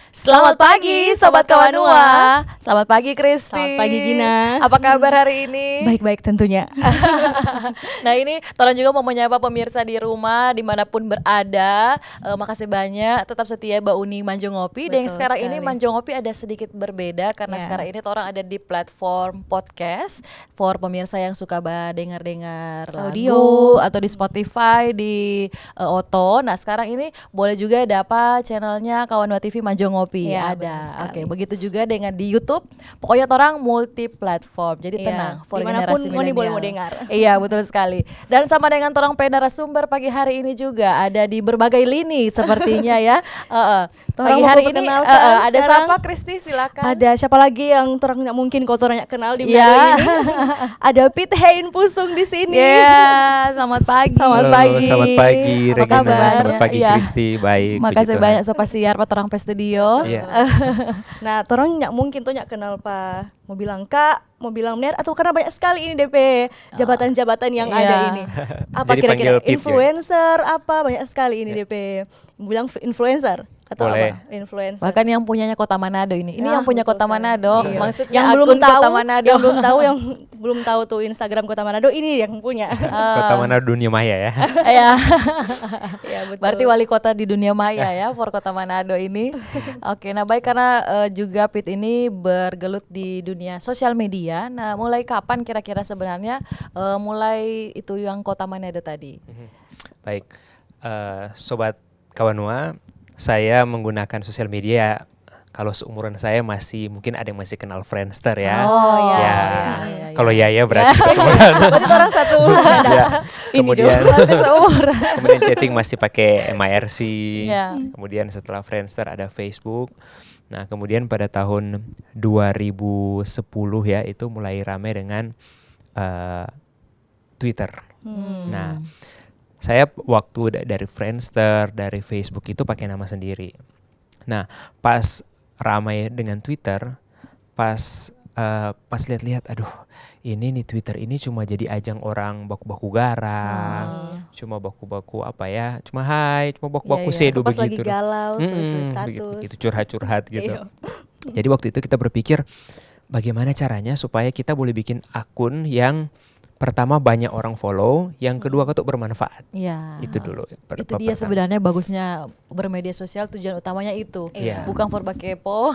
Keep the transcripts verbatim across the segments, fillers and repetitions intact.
Selamat pagi Sobat Kawanua. Selamat pagi Kristi. Selamat pagi Gina. Apa kabar hari ini? Baik-baik tentunya. Nah ini Toran juga mau menyapa pemirsa di rumah dimanapun berada. uh, Makasih banyak tetap setia Mbak Uni Manjo Ngopi. Dan sekarang sekali. ini Manjo Ngopi ada sedikit berbeda. Karena yeah. sekarang ini Toran ada di platform podcast for pemirsa yang suka dengar-dengar lagu atau di Spotify, di uh, Oto. Nah sekarang ini boleh juga dapat channelnya Kawanua T V Manjo Ngopi. Ngopi ya, ada. Oke, begitu juga dengan di YouTube. Pokoknya orang multi platform. Jadi ya, tenang, for generasi milenial. Boleh mau dengar. Iya, betul sekali. Dan sama dengan torang narasumber pagi hari ini juga ada di berbagai lini sepertinya ya. Uh, uh. Pagi hari ini uh, uh, ada siapa Kristi, silakan. Ada siapa lagi yang torang nggak mungkin kalau torang kenal di yeah. ini. Ada Pit Hein Pusung di sini. Iya, yeah, selamat pagi. Selamat Halo, pagi. Selamat pagi Regina. Selamat pagi ya. Kristi. Baik. Makasih banyak sopa siar pa torang pe studio. Yeah. Nah, torang nggak mungkin tuh nggak kenal pa mau bilang kak, mau bilang Ner, atau karena banyak sekali ini D P jabatan-jabatan yang oh, ada iya. ini. Apa Jadi kira-kira influencer ya? Apa banyak sekali ini yeah. D P bilang influencer atau Boleh. apa? Influencer. Bahkan yang punyanya Kota Manado ini. Ini nah, yang punya Kota Manado. Iya. Maksudnya yang akun belum tahu, Kota Manado. Yang belum tahu yang belum tahu tuh Instagram Kota Manado ini yang punya. Kota Manado dunia maya ya. Iya. Ya, betul. Berarti wali kota di dunia maya ya for Kota Manado ini. Oke, nah baik karena uh, juga Pit ini bergelut di dunia sosial media. Nah, mulai kapan kira-kira sebenarnya uh, mulai itu yang Kota Manado tadi? Baik. Uh, Sobat Kawanua, saya menggunakan sosial media. Kalau seumuran saya masih mungkin ada yang masih kenal Friendster ya. Oh iya. Ya. iya, iya, iya. Kalau Yaya berarti kita seumuran. Berarti orang satu. Ya. Kemudian seumuran. kemudian chatting masih pakai M I R C. Ya. Kemudian setelah Friendster ada Facebook. Nah, kemudian pada tahun dua ribu sepuluh ya itu mulai ramai dengan uh, Twitter. Hmm. Nah, saya waktu dari Friendster, dari Facebook itu pakai nama sendiri. Nah, pas ramai dengan Twitter, pas uh, pas lihat-lihat, aduh, ini nih Twitter ini cuma jadi ajang orang baku-baku garang, hmm. cuma baku-baku apa ya, cuma hai, cuma baku-baku yeah, yeah. sedo begitu. Pas lagi galau, hmm, tulis status, begitu, begitu curhat-curhat gitu. Jadi waktu itu kita berpikir, bagaimana caranya supaya kita boleh bikin akun yang pertama banyak orang follow, yang kedua ketuk bermanfaat. Ya. Itu dulu. Per, itu dia pertama. Sebenarnya bagusnya bermedia sosial tujuan utamanya itu, yeah. bukan for kepo,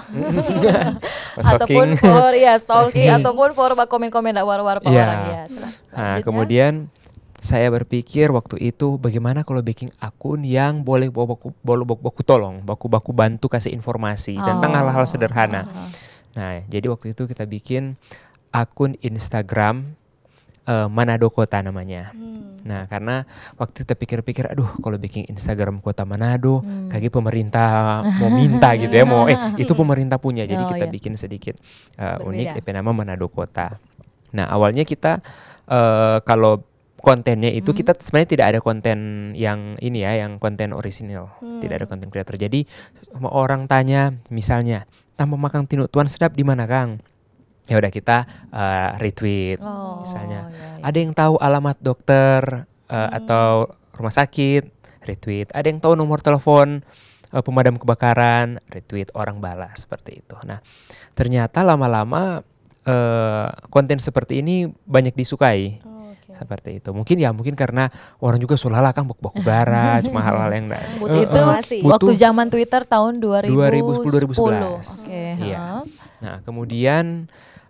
ataupun for ya stalking, ataupun for komen-komen dak war-war yeah. orang ya. Nah, kemudian saya berpikir waktu itu bagaimana kalau bikin akun yang boleh baku baku tolong, baku-baku bantu kasih informasi oh. tentang hal-hal sederhana. Oh. Nah, jadi waktu itu kita bikin akun Instagram Uh, Manado Kota namanya. Hmm. Nah, karena waktu kita pikir-pikir, aduh, kalau bikin Instagram Kota Manado, hmm. kayak pemerintah mau minta gitu ya, mau eh itu pemerintah punya, jadi oh, kita iya. bikin sedikit uh, unik, D P nama Manado Kota. Nah, awalnya kita uh, kalau kontennya itu hmm. kita sebenarnya tidak ada konten yang ini ya, yang konten orisinil, hmm. tidak ada konten creator. Jadi orang tanya, misalnya, tanpa makan tinuk tuan sedap di mana Kang? Ya udah kita uh, retweet oh, misalnya iya, iya. Ada yang tahu alamat dokter uh, hmm. atau rumah sakit, retweet. Ada yang tahu nomor telepon uh, pemadam kebakaran, retweet, orang balas seperti itu. Nah, ternyata lama-lama uh, konten seperti ini banyak disukai. Oh, okay. Seperti itu. Mungkin ya mungkin karena orang juga sulala kan baku-baku bara, cuma hal-hal yang butuh itu uh, uh, waktu zaman Twitter tahun dua ribu sepuluh dua ribu sebelas. Okay, iya. Nah, kemudian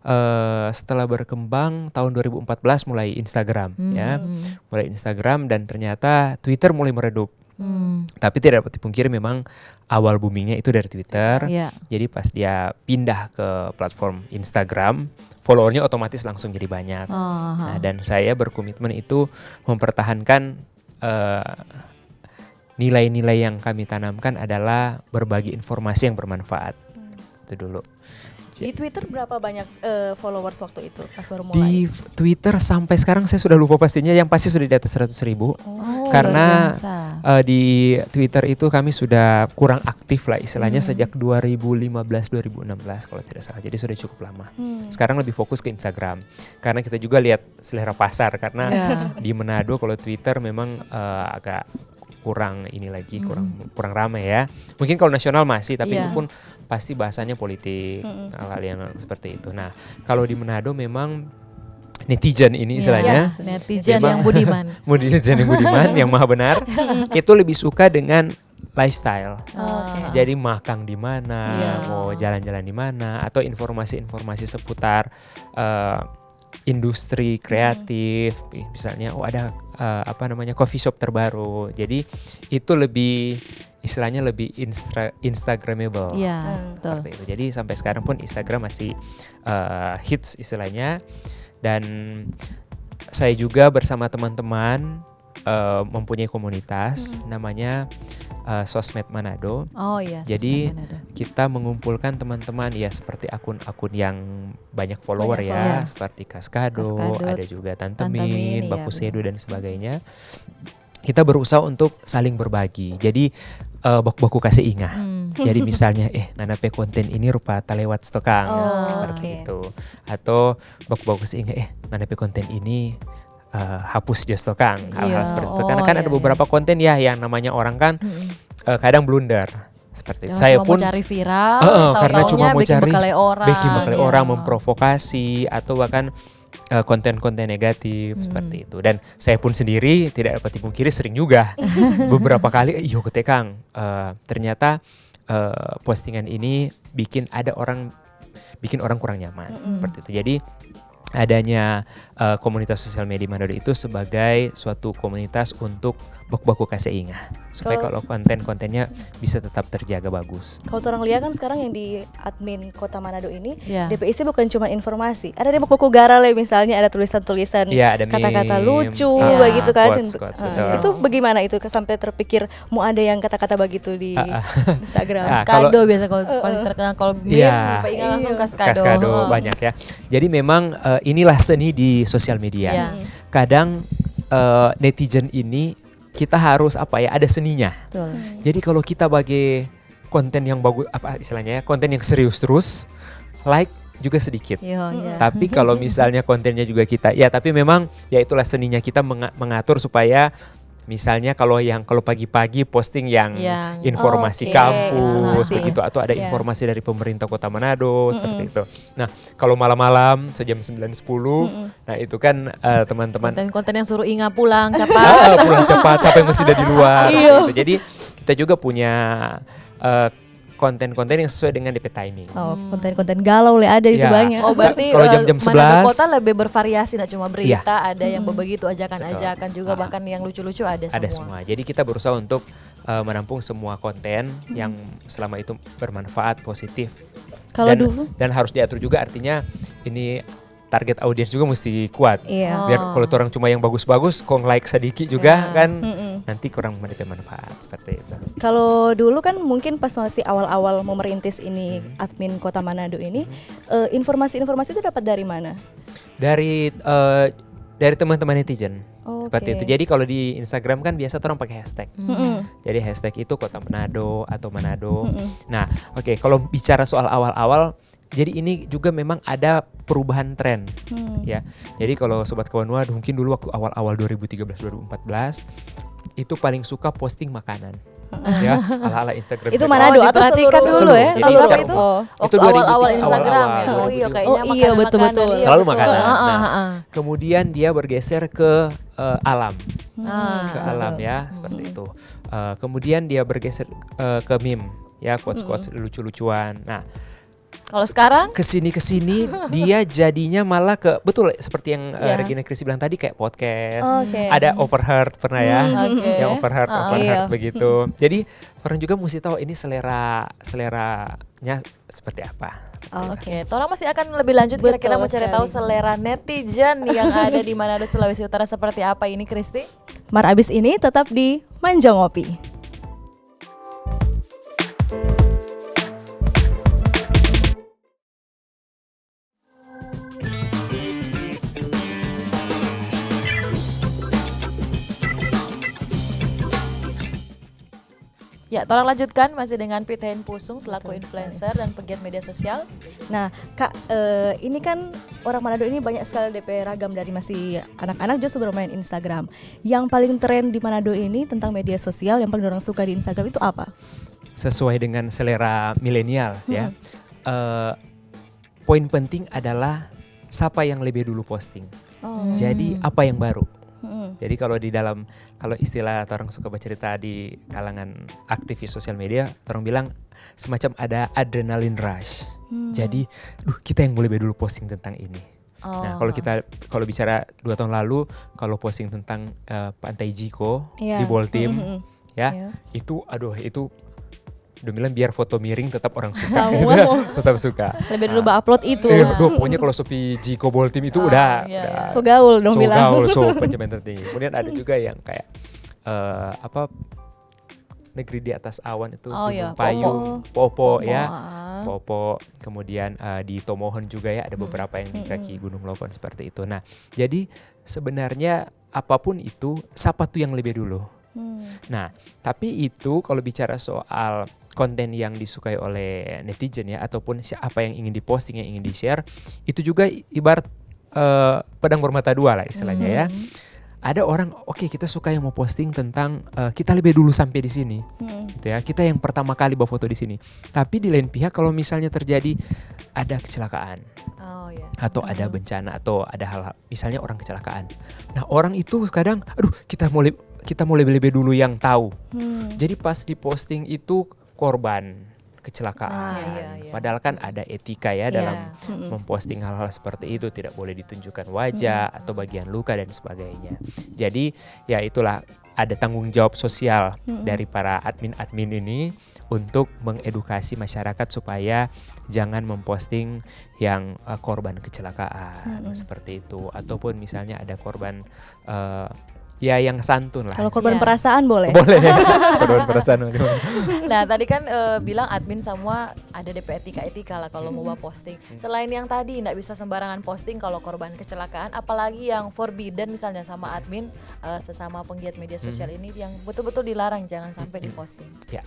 Uh, setelah berkembang tahun dua ribu empat belas mulai Instagram hmm. ya, mulai Instagram dan ternyata Twitter mulai meredup. Hmm. Tapi tidak dapat dipungkiri memang awal boomingnya itu dari Twitter. Yeah. Jadi pas dia pindah ke platform Instagram, followernya otomatis langsung jadi banyak. Oh, nah, dan saya berkomitmen itu mempertahankan uh, nilai-nilai yang kami tanamkan adalah berbagi informasi yang bermanfaat. Hmm. Itu dulu. Di Twitter berapa banyak uh, followers waktu itu pas baru mulai? Di Twitter sampai sekarang saya sudah lupa pastinya, yang pasti sudah di atas seratus ribu. Oh, karena uh, di Twitter itu kami sudah kurang aktif lah istilahnya hmm. sejak dua ribu lima belas dua ribu enam belas kalau tidak salah. Jadi sudah cukup lama. Hmm. Sekarang lebih fokus ke Instagram. Karena kita juga lihat selera pasar karena yeah. di Manado kalau Twitter memang uh, agak kurang ini lagi, kurang mm. kurang ramai ya. Mungkin kalau nasional masih, tapi yeah. itu pun pasti bahasannya politik, hal-hal yang seperti itu. Nah, kalau di Manado memang netizen ini istilahnya, yes, netizen yang budiman, netizen yang budiman, yang maha benar, itu lebih suka dengan lifestyle. Oh, okay. Jadi makan di mana, yeah. mau jalan-jalan di mana, atau informasi-informasi seputar uh, industri kreatif, hmm. misalnya oh ada uh, apa namanya coffee shop terbaru. Jadi itu lebih istilahnya lebih instra, instagramable. Yeah, hmm. seperti itu. Jadi sampai sekarang pun Instagram masih uh, hits istilahnya. Dan saya juga bersama teman-teman uh, mempunyai komunitas hmm. namanya uh, Sosmed Manado. Oh iya. Jadi Manado. Kita mengumpulkan teman-teman ya seperti akun-akun yang banyak follower banyak ya, followers. Seperti Kaskado, Kaskado, ada juga Tante Min, Baku ya, Sedu dan sebagainya. Kita berusaha untuk saling berbagi. Jadi uh, baku-baku kasih ingat. Hmm. Jadi misalnya eh nanape konten ini rupa talewat stokang oh, seperti okay. itu. Atau baku-baku kasih ingat eh nanape konten ini uh, hapus jostokang. Hal-hal yeah. seperti itu. Karena oh, kan iya, ada beberapa iya. konten ya yang namanya orang kan hmm. uh, kadang blunder. Seperti itu. Saya pun cari viral, uh, uh, karena cuma mau cari orang, bikin bakal orang, memprovokasi atau bahkan uh, konten-konten negatif hmm. seperti itu. Dan saya pun sendiri tidak dapat dipungkiri sering juga beberapa kali iyo ketekang uh, ternyata uh, postingan ini bikin ada orang bikin orang kurang nyaman hmm. seperti itu. Jadi adanya uh, komunitas sosial media Manado itu sebagai suatu komunitas untuk baku-baku kasih ingat supaya kalau konten-kontennya bisa tetap terjaga bagus. Kalau orang lihat kan sekarang yang di admin Kota Manado ini yeah. D P I C bukan cuma informasi, ada dia baku-baku garale misalnya ada tulisan-tulisan yeah, ada kata-kata meme, lucu uh, begitu kan. Quotes, quotes, uh, itu bagaimana itu sampai terpikir mau ada yang kata-kata begitu di uh, uh. Instagram. Uh, Kaskado biasa kalau uh, paling terkenal kalau meme yeah, lupa ingat langsung Kaskado. Kaskado uh. banyak ya. Jadi memang uh, inilah seni di sosial media. Yeah. Kadang uh, netizen ini kita harus apa ya ada seninya. Betul. Jadi kalau kita bagi konten yang bagus apa istilahnya ya konten yang serius terus like juga sedikit. Yo, yeah. Tapi kalau misalnya kontennya juga kita ya tapi memang ya itulah seninya kita meng- mengatur supaya misalnya kalau yang kalau pagi-pagi posting yang, yang informasi okay. kampus informasi. begitu atau ada yeah. informasi dari pemerintah Kota Manado mm-hmm. seperti itu. Nah, kalau malam-malam sejam sembilan sepuluh mm-hmm. nah itu kan uh, teman-teman konten-konten yang suruh Inga pulang cepat. ah, pulang cepat siapa yang masih ada di luar gitu. Jadi kita juga punya uh, konten-konten yang sesuai dengan D P timing. Oh, hmm. konten-konten galau le ada itu ya. banyak. Oh, berarti kalau jam-jam sebelas Manado Kota lebih bervariasi, tidak cuma berita, ya. ada yang begitu ajakan-ajakan Betul. juga ah. bahkan yang lucu-lucu ada semua. Ada semua. Jadi kita berusaha untuk uh, menampung semua konten hmm. yang selama itu bermanfaat, positif. Kalau dan, dulu dan harus diatur juga artinya ini target audiens juga mesti kuat. Iya. Biar oh. kalau orang cuma yang bagus-bagus, kong like sedikit juga yeah. kan Mm-mm. nanti kurang mendapat manfaat seperti itu. Kalau dulu kan mungkin pas masih awal-awal mau merintis ini hmm. admin Kota Manado ini hmm. uh, informasi-informasi itu dapat dari mana? Dari uh, dari teman-teman netizen. Oh, seperti okay. itu. Jadi kalau di Instagram kan biasa orang pakai hashtag. Mm-hmm. Jadi hashtag itu Kota Manado atau Manado. Mm-hmm. Nah, oke okay, kalau bicara soal awal-awal jadi ini juga memang ada perubahan tren hmm. ya. Jadi kalau Sobat Kawanua mungkin dulu waktu awal-awal dua ribu tiga belas dua ribu empat belas itu paling suka posting makanan. ya, ala-ala Instagram. Itu Manado oh, atau diperhatikan seluruh, dulu ya. Jadi Seluruh siap, itu oh. itu awal-awal Instagram ya. Oh iya kayaknya oh, iya, betul-betul. Iya, selalu betul. makanan. Uh, uh, uh, uh. Nah, kemudian dia bergeser ke uh, alam. Hmm. Ke alam ya, seperti hmm. itu. Uh, kemudian dia bergeser uh, ke meme ya, quotes-quotes hmm. lucu-lucuan. Nah, kalau sekarang kesini kesini dia jadinya malah ke betul seperti yang yeah. uh, Regina Christie bilang tadi kayak podcast, okay. ada overheard pernah ya, okay. yang overheard uh, overheard iya. begitu. Jadi orang juga mesti tahu ini selera seleranya seperti apa. Oh, Oke, okay. Orang masih akan lebih lanjut Betul kira-kira mau cari sekali. tahu selera netizen yang ada di Manado Sulawesi Utara seperti apa ini, Christie? Mar abis ini tetap di Manja Ngopi. Ya, tolong lanjutkan masih dengan Pitahin Pusung selaku influencer dan pegiat media sosial. Nah, Kak, uh, ini kan orang Manado ini banyak sekali D P ragam dari masih anak-anak justru bermain Instagram. Yang paling tren di Manado ini tentang media sosial yang paling orang suka di Instagram itu apa? sesuai dengan selera milenial ya. Hmm. Uh, poin penting adalah siapa yang lebih dulu posting. Oh. Jadi apa yang baru? Hmm. Jadi kalau di dalam kalau istilah orang suka bercerita di kalangan aktivis sosial media, orang bilang semacam ada adrenaline rush. Hmm. Jadi, duh kita yang lebih dulu posting tentang ini. Oh. Nah, kalau kita kalau bicara dua tahun lalu, kalau posting tentang uh, Pantai Jiko yeah. di Boltim, mm-hmm. ya yeah. itu, aduh itu, udah bilang biar foto miring tetap orang suka, tetap suka. Lebih dulu nah, upload itu. Eh, aduh, pokoknya kalau Sopi Jiko Boltim itu oh, udah, yeah, udah, so gaul dong so bilang. So gaul, so pencapaian tertinggi. Kemudian ada juga yang kayak uh, apa? Negeri di atas awan itu oh, Gunung ya. Payung, Popo, Popo ya, ah. Popo. Kemudian uh, di Tomohon juga ya ada beberapa yang di kaki Gunung Lokon seperti itu. Nah, jadi sebenarnya apapun itu, siapa tuh yang lebih dulu? Hmm. Nah, tapi itu kalau bicara soal konten yang disukai oleh netizen ya, ataupun apa yang ingin diposting, yang ingin di-share, itu juga ibarat uh, pedang bermata dua lah istilahnya hmm. ya. Ada orang, oke okay, kita suka yang mau posting tentang uh, kita lebih dulu sampai di sini, hmm. gitu ya. Kita yang pertama kali bawa foto di sini. Tapi di lain pihak kalau misalnya terjadi ada kecelakaan, oh, yeah. atau hmm. ada bencana atau ada hal, misalnya orang kecelakaan. Nah orang itu kadang, aduh kita mau le- kita mau lebih-lebih dulu yang tahu. Hmm. Jadi pas di posting itu korban kecelakaan. Ah, iya, iya. Padahal kan ada etika ya yeah. dalam mm-hmm. memposting hal-hal seperti itu, tidak boleh ditunjukkan wajah mm-hmm. atau bagian luka dan sebagainya. Jadi ya itulah ada tanggung jawab sosial mm-hmm. dari para admin-admin ini untuk mengedukasi masyarakat supaya jangan memposting yang uh, korban kecelakaan mm-hmm. seperti itu, ataupun misalnya ada korban uh, ya yang santun lah. Kalau korban ya. perasaan boleh. Boleh. Korban perasaan. Nah tadi kan e, bilang admin semua ada D P etika-etika lah kalau mau buat posting. Selain yang tadi nggak bisa sembarangan posting kalau korban kecelakaan, apalagi yang forbidden misalnya sama admin e, sesama penggiat media sosial hmm. ini yang betul-betul dilarang jangan sampai hmm. diposting. Ya,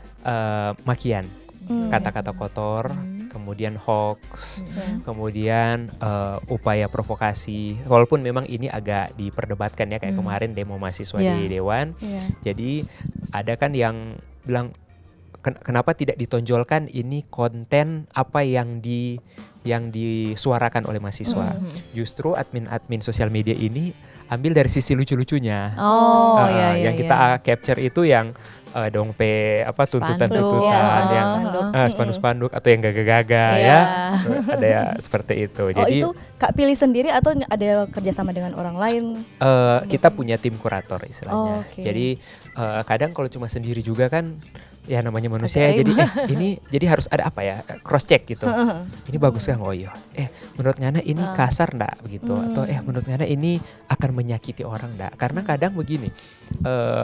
uh, makian. Hmm. Kata-kata kotor, hmm. kemudian hoax, hmm. kemudian uh, upaya provokasi. Walaupun memang ini agak diperdebatkan ya kayak hmm. kemarin demo mahasiswa yeah. di Dewan. Yeah. Jadi ada kan yang bilang ken- kenapa tidak ditonjolkan ini konten apa yang di yang disuarakan oleh mahasiswa. Hmm. Justru admin-admin sosial media ini ambil dari sisi lucu-lucunya. Oh, uh, iya, iya, yang kita iya. capture itu yang uh, dongpe apa tuntutan-tuntutan ya, yang uh, spanduk-spanduk atau yang gaga-gaga yeah. ya. Ada ya seperti itu. Oh, Jadi itu Kak pilih sendiri atau ada kerjasama dengan orang lain? Uh, kita punya tim kurator istilahnya. Oh, okay. Jadi uh, kadang kalau cuma sendiri juga kan ya namanya manusia okay. jadi eh ini jadi harus ada apa ya cross check gitu. Ini bagus kan? Oh iya. Eh menurut Ngana ini kasar enggak begitu hmm. atau eh menurut Ngana ini akan menyakiti orang enggak? Karena kadang begini. Uh,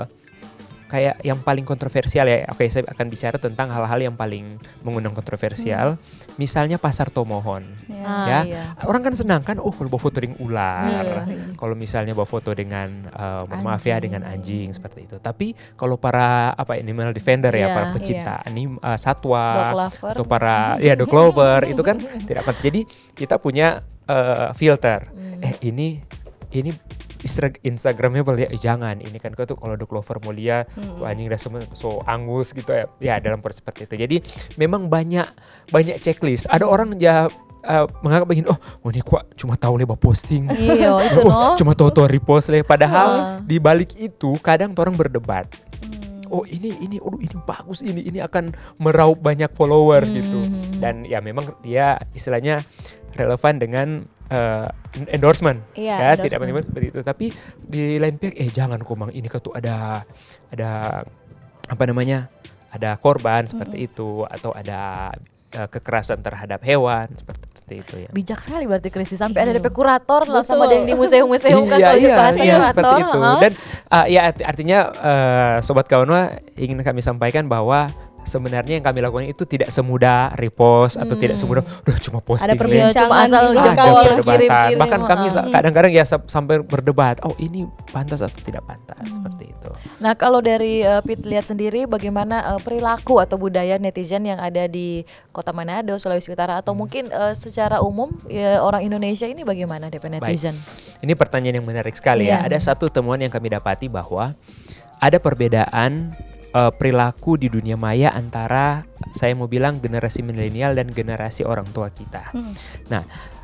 kayak yang paling kontroversial ya. Oke, saya akan bicara tentang hal-hal yang paling mengundang kontroversial. Hmm. Misalnya pasar Tomohon. Ya. Ah, ya. Iya. Orang kan senang kan oh kalau bawa foto dengan ular. Iya. Kalau misalnya bawa foto dengan uh, maaf ya dengan anjing seperti itu. Tapi kalau para apa animal defender ya, yeah, para pecinta yeah. anim uh, satwa dog atau para ya dog lover itu kan tidak pantas. Jadi kita punya uh, filter. Hmm. Eh ini ini Instagramnya boleh ya, jangan ini kan kau tuh kalau dog lover mulia hmm. tuh anjing udah semen so angus gitu ya ya dalam proses seperti itu. Jadi memang banyak banyak checklist. Ada orang ya uh, menganggap begini, oh, oh ini kok cuma tahu lewat posting, iya itu oh, no cuma tahu-tahu repost leh. Padahal uh. di balik itu kadang orang berdebat. Hmm. Oh ini ini, oh ini bagus ini ini akan meraup banyak followers hmm. gitu. Dan ya memang dia istilahnya relevan dengan uh, endorsement, iya, ya endorsement. Tidak penting seperti itu. Tapi di lain pihak, eh jangan Komang ini kan tuh ada ada apa namanya ada korban seperti mm-hmm. itu atau ada uh, kekerasan terhadap hewan seperti itu ya. Bijak sekali berarti Kristi sampai ada D P kurator lah sama ada yang di museum-museum kan iya, kalau iya, bahasa iya, kurator. Seperti itu. Huh? Dan uh, ya artinya uh, Sobat Kawanwa ingin kami sampaikan bahwa sebenarnya yang kami lakukan itu tidak semudah repost atau hmm. tidak semudah udah cuma posting. Ada perbincangan, cuma asal jempol, kirim-kirim. Bahkan uh, kami uh. kadang-kadang ya sampai berdebat, oh ini pantas atau tidak pantas hmm. seperti itu. Nah kalau dari uh, Pit lihat sendiri bagaimana uh, perilaku atau budaya netizen yang ada di Kota Manado, Sulawesi Utara atau hmm. mungkin uh, secara umum ya, orang Indonesia ini bagaimana D P netizen? Baik. Ini pertanyaan yang menarik sekali yeah. ya. Ada satu temuan yang kami dapati bahwa ada perbedaan uh, perilaku di dunia maya antara saya mau bilang generasi milenial dan generasi orang tua kita. Hmm. Nah,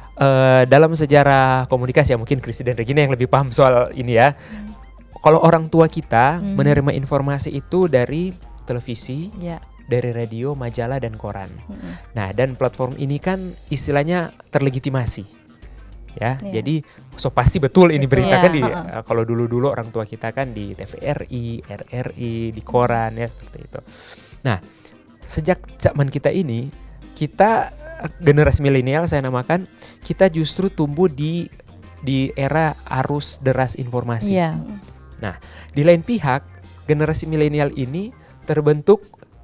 uh, dalam sejarah komunikasi ya mungkin Kristi dan Regina yang lebih paham soal ini ya. Hmm. Kalau orang tua kita hmm. menerima informasi itu dari televisi, yeah. dari radio, majalah dan koran. Hmm. Nah, dan platform ini kan istilahnya terlegitimasi. Ya, yeah. jadi so pasti betul ini berita yeah. kan di uh-uh. kalau dulu-dulu orang tua kita kan di T V R I, R R I, di koran ya seperti itu. Nah, sejak zaman kita ini, kita generasi milenial saya namakan, kita justru tumbuh di di era arus deras informasi. Yeah. Nah, di lain pihak, generasi milenial ini terbentuk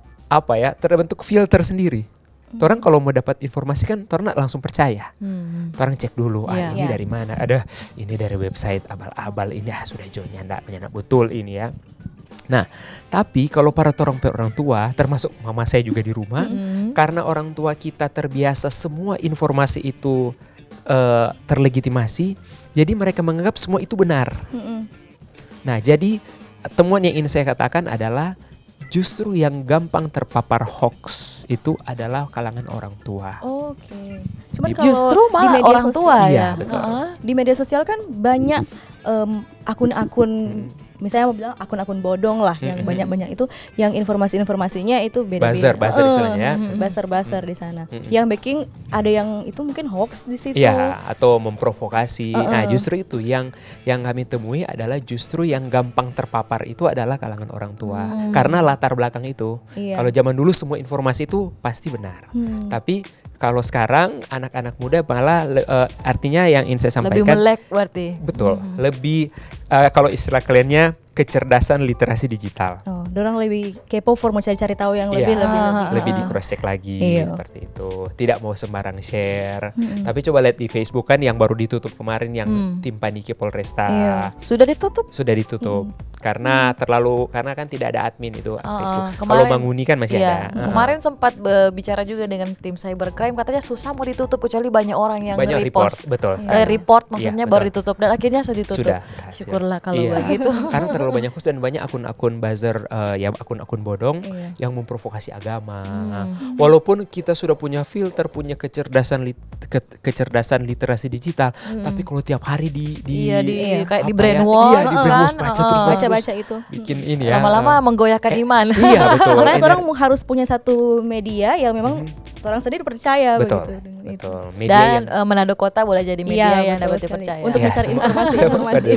apa ya? Terbentuk filter sendiri. Orang kalau mau dapat informasi kan orang langsung percaya. Hmm. Orang cek dulu, ah yeah. ini yeah. dari mana? Ada ini dari website abal-abal ini, ah sudah jauh nyanda, nyanda betul ini ya. Nah, tapi kalau para orang orang tua, termasuk mama saya juga di rumah, mm-hmm. karena orang tua kita terbiasa semua informasi itu uh, terlegitimasi, jadi mereka menganggap semua itu benar. Mm-hmm. Nah, jadi temuan yang ingin saya katakan adalah justru yang gampang terpapar hoax itu adalah kalangan orang tua. Oke. Okay. Cuman kalau justru malah di media orang sosial, tua ya. Iya, betul. Uh-huh. Di media sosial kan banyak um, akun-akun hmm. misalnya mau bilang akun-akun bodong lah yang mm-hmm. banyak-banyak itu yang informasi-informasinya itu beda-beda. Buzzer-buzzer uh, istilahnya ya. Buzzer-buzzer mm-hmm. di sana. Mm-hmm. Yang baking ada yang itu mungkin hoax di situ. Iya, atau memprovokasi. Uh-uh. Nah, justru itu yang yang kami temui adalah justru yang gampang terpapar itu adalah kalangan orang tua. Hmm. Karena latar belakang itu. Iya. Kalau zaman dulu semua informasi itu pasti benar. Hmm. Tapi kalau sekarang anak-anak muda malah uh, artinya yang ingin saya sampaikan lebih melek berarti. Betul, mm-hmm. lebih uh, kalau istilah kliennya kecerdasan literasi digital. Oh, dorang lebih kepo for mau cari-cari tahu yang lebih yeah. lebih lebih. Lebih di cross check lagi iya. seperti itu. Tidak mau sembarang share. Mm-hmm. Tapi coba lihat di Facebook kan yang baru ditutup kemarin yang mm. tim Paniki Polresta. Iya. Sudah ditutup? Sudah ditutup. Mm. Karena terlalu karena kan tidak ada admin itu uh, Facebook. Kalau Manguni kan masih iya. ada. Uh. Kemarin sempat bicara juga dengan tim cybercrime, katanya susah mau ditutup kecuali banyak orang yang banyak repost. Report, betul. Uh, report maksudnya iya, baru ditutup dan akhirnya sudah ditutup. Sudah. Syukurlah kalau iya. begitu. Karena terlalu banyak host dan banyak akun-akun buzzer uh, ya akun-akun bodong iya. yang memprovokasi agama. Hmm. Walaupun kita sudah punya filter, punya kecerdasan lit, ke, kecerdasan literasi digital, hmm. tapi kalau tiap hari di di iya, di iya, kayak di ya, brainwash iya, di brainwash kan, baca uh, terus baca-baca itu. Bikin ini ya. Lama-lama uh, menggoyahkan eh, iman. Iya, betul. Karena orang harus punya satu media yang memang hmm. orang sendiri percaya betul, begitu. Betul. Media dan yang, uh, Manado Kota boleh jadi media iya, yang dapat sekali. dipercaya. Untuk ya, mencari informasi-informasi.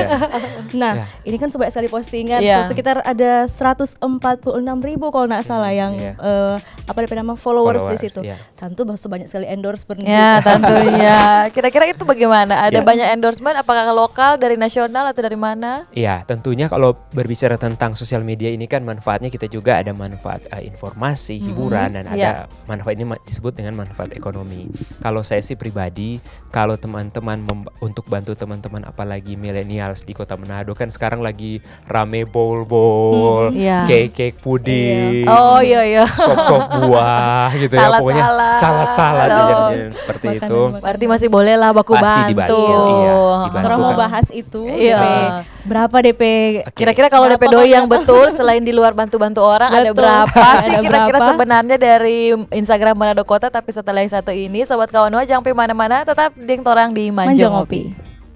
ya. Nah, ini kan banyak sekali postingan, yeah. so, sekitar ada seratus empat puluh enam ribu kalau nggak salah hmm, yang yeah. uh, apa nama followers, followers di situ. Yeah. Tentu banyak sekali endorsement. Ya, tentunya. Kira-kira itu bagaimana? Ada yeah. banyak endorsement, apakah lokal, dari nasional atau dari mana? Iya, tentunya kalau berbicara tentang sosial media ini kan manfaatnya kita juga ada manfaat uh, informasi, hiburan, hmm, dan ada yeah. manfaat ini disebut dengan manfaat ekonomi. Kalau saya sih pribadi, kalau teman-teman mem- untuk bantu teman-teman apalagi millennials di Kota Manado kan sekarang lagi rame bowl-bowl, hmm, yeah. cake-cake puding, yeah. oh iya iya, sop-sop buah gitu ya, pokoknya salad-salad oh. seperti makanan, itu. Makanan. Berarti masih boleh lah baku Pasti bantu. dibantu. Iya, dibantu. Orang mau kan. bahas itu, iya. D P berapa D P? Okay. Kira-kira kalau D P doi yang betul selain di luar bantu-bantu orang betul. Ada berapa sih kira-kira berapa? Sebenarnya dari Instagram Manado Kota? Tapi setelah yang satu ini, Sobat Kawanua jangan pergi mana-mana, tetap ding torang di Manjo Ngopi.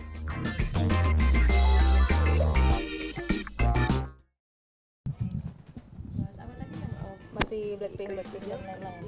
Masih Blackpink, Blackpink yang lain-lain.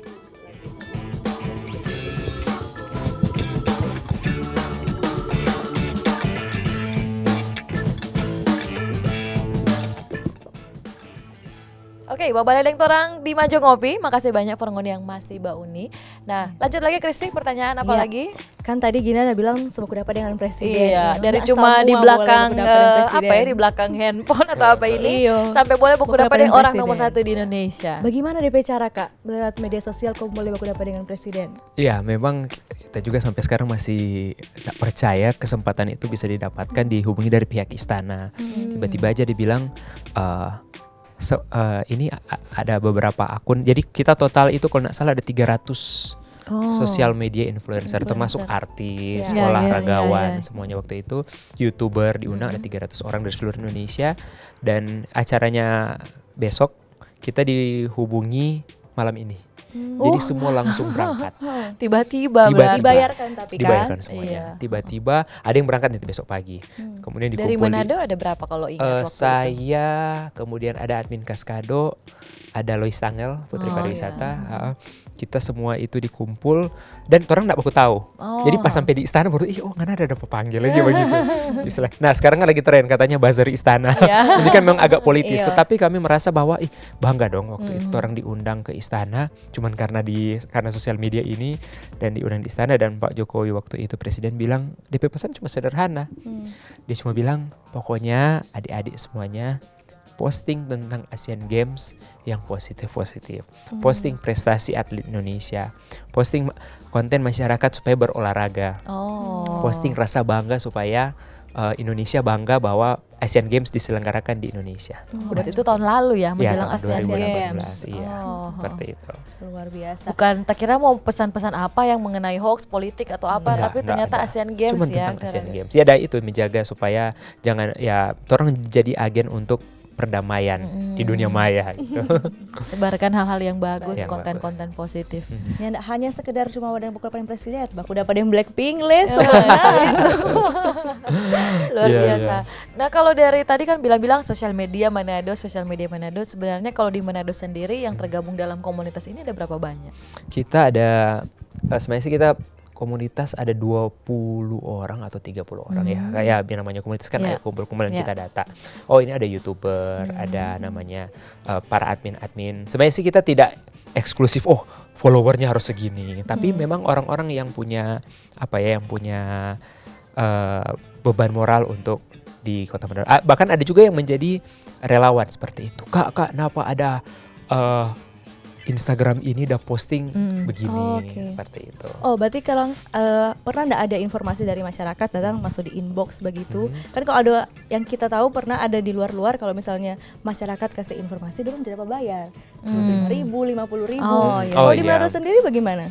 Oke, okay, Bapak Leleng Torang di Manjo Ngopi. Makasih banyak penonton yang masih Bauni. Nah, lanjut lagi Kristi, pertanyaan apa iya. lagi? Kan tadi Gina udah bilang semua dapat dengan presiden. Iya, dari cuma di belakang uh, apa ya, di belakang handphone atau apa ini, iyo. Sampai boleh buku dapat dengan orang nomor satu di Indonesia. Bagaimana D P cara Kak lewat media sosial kok boleh buku dapat dengan presiden? Iya, memang kita juga sampai sekarang masih tak percaya kesempatan itu bisa didapatkan, dihubungi dari pihak istana. Hmm. Tiba-tiba aja dibilang. Uh, So, uh, ini a- ada beberapa akun. Jadi kita total itu kalau nggak salah ada tiga ratus oh. sosial media influencer, influencer. Termasuk artis, ya. olahragawan, ya, ya, ya, ya. semuanya waktu itu. YouTuber diundang hmm. ada tiga ratus orang dari seluruh Indonesia. Dan acaranya besok kita dihubungi malam ini. Hmm. Jadi oh. semua langsung berangkat. Tiba-tiba, Tiba-tiba dibayarkan tapi kan. Dibayarkan semuanya. Iya. Tiba-tiba ada yang berangkat nanti besok pagi. Hmm. Kemudian dikumpul. Dari Manado di, ada berapa kalau ingat uh, waktu saya, itu? Kemudian ada admin Kaskado, ada Lois Tangel, Putri oh, Pariwisata. Iya. Uh, kita semua itu dikumpul dan orang nggak baku tahu. Oh. Jadi pas sampai di istana baru, ih oh nggak ada ada pepanggil lagi begitu. Istilah. Nah sekarang kan lagi tren katanya buzzer istana. Yeah. Ini kan memang agak politis. Yeah. Tetapi kami merasa bahwa ih bangga dong waktu mm-hmm. itu orang diundang ke istana, cuman karena di karena sosial media ini dan diundang di istana dan Pak Jokowi waktu itu presiden bilang D P pesan cuma sederhana. Mm. Dia cuma bilang pokoknya adik-adik semuanya posting tentang Asian Games yang positif-positif, hmm. posting prestasi atlet Indonesia, posting konten masyarakat supaya berolahraga, oh. posting rasa bangga supaya uh, Indonesia bangga bahwa Asian Games diselenggarakan di Indonesia. Hmm. Udah itu tahun lalu ya menjelang ya, Asian Games. Iya, oh. seperti itu. Luar biasa. Bukan tak kira mau pesan-pesan apa yang mengenai hoax politik atau apa, enggak, tapi enggak, ternyata enggak. Asian Games cuman ya. Tentang Asian Games. Ya ada itu menjaga supaya jangan ya orang jadi agen untuk perdamaian mm. di dunia maya gitu. Sebarkan hal-hal yang bagus, yang konten-konten bagus. Positif. Mm. Ya enggak hanya sekedar cuma wadang buka paling presiden, baku dapat yang Blackpink les. Luar yeah, biasa. Yeah. Nah, kalau dari tadi kan bilang-bilang sosial media Manado, sosial media Manado, sebenarnya kalau di Manado sendiri yang tergabung dalam komunitas ini ada berapa banyak? Kita ada sebenarnya sih kita komunitas ada dua puluh orang atau tiga puluh orang hmm. ya. Kayak yang namanya komunitas kan yeah. ada kumpul-kumpul dan yeah. kita data. Oh, ini ada YouTuber, hmm. ada namanya uh, para admin-admin. Sebenarnya sih kita tidak eksklusif oh, followernya harus segini. Tapi hmm. memang orang-orang yang punya apa ya, yang punya uh, beban moral untuk di Kota Manado. Ah, bahkan ada juga yang menjadi relawan seperti itu. Kak, Kak, kenapa ada uh, Instagram ini udah posting mm. begini oh, okay. seperti itu. Oh, berarti kalau uh, pernah enggak ada informasi dari masyarakat datang masuk di inbox begitu? Mm. Kan kalau ada yang kita tahu pernah ada di luar-luar kalau misalnya masyarakat kasih informasi dia tidak bayar. dua puluh lima ribu, lima puluh ribu. Oh, iya. Kalau oh, di Manado iya. sendiri bagaimana?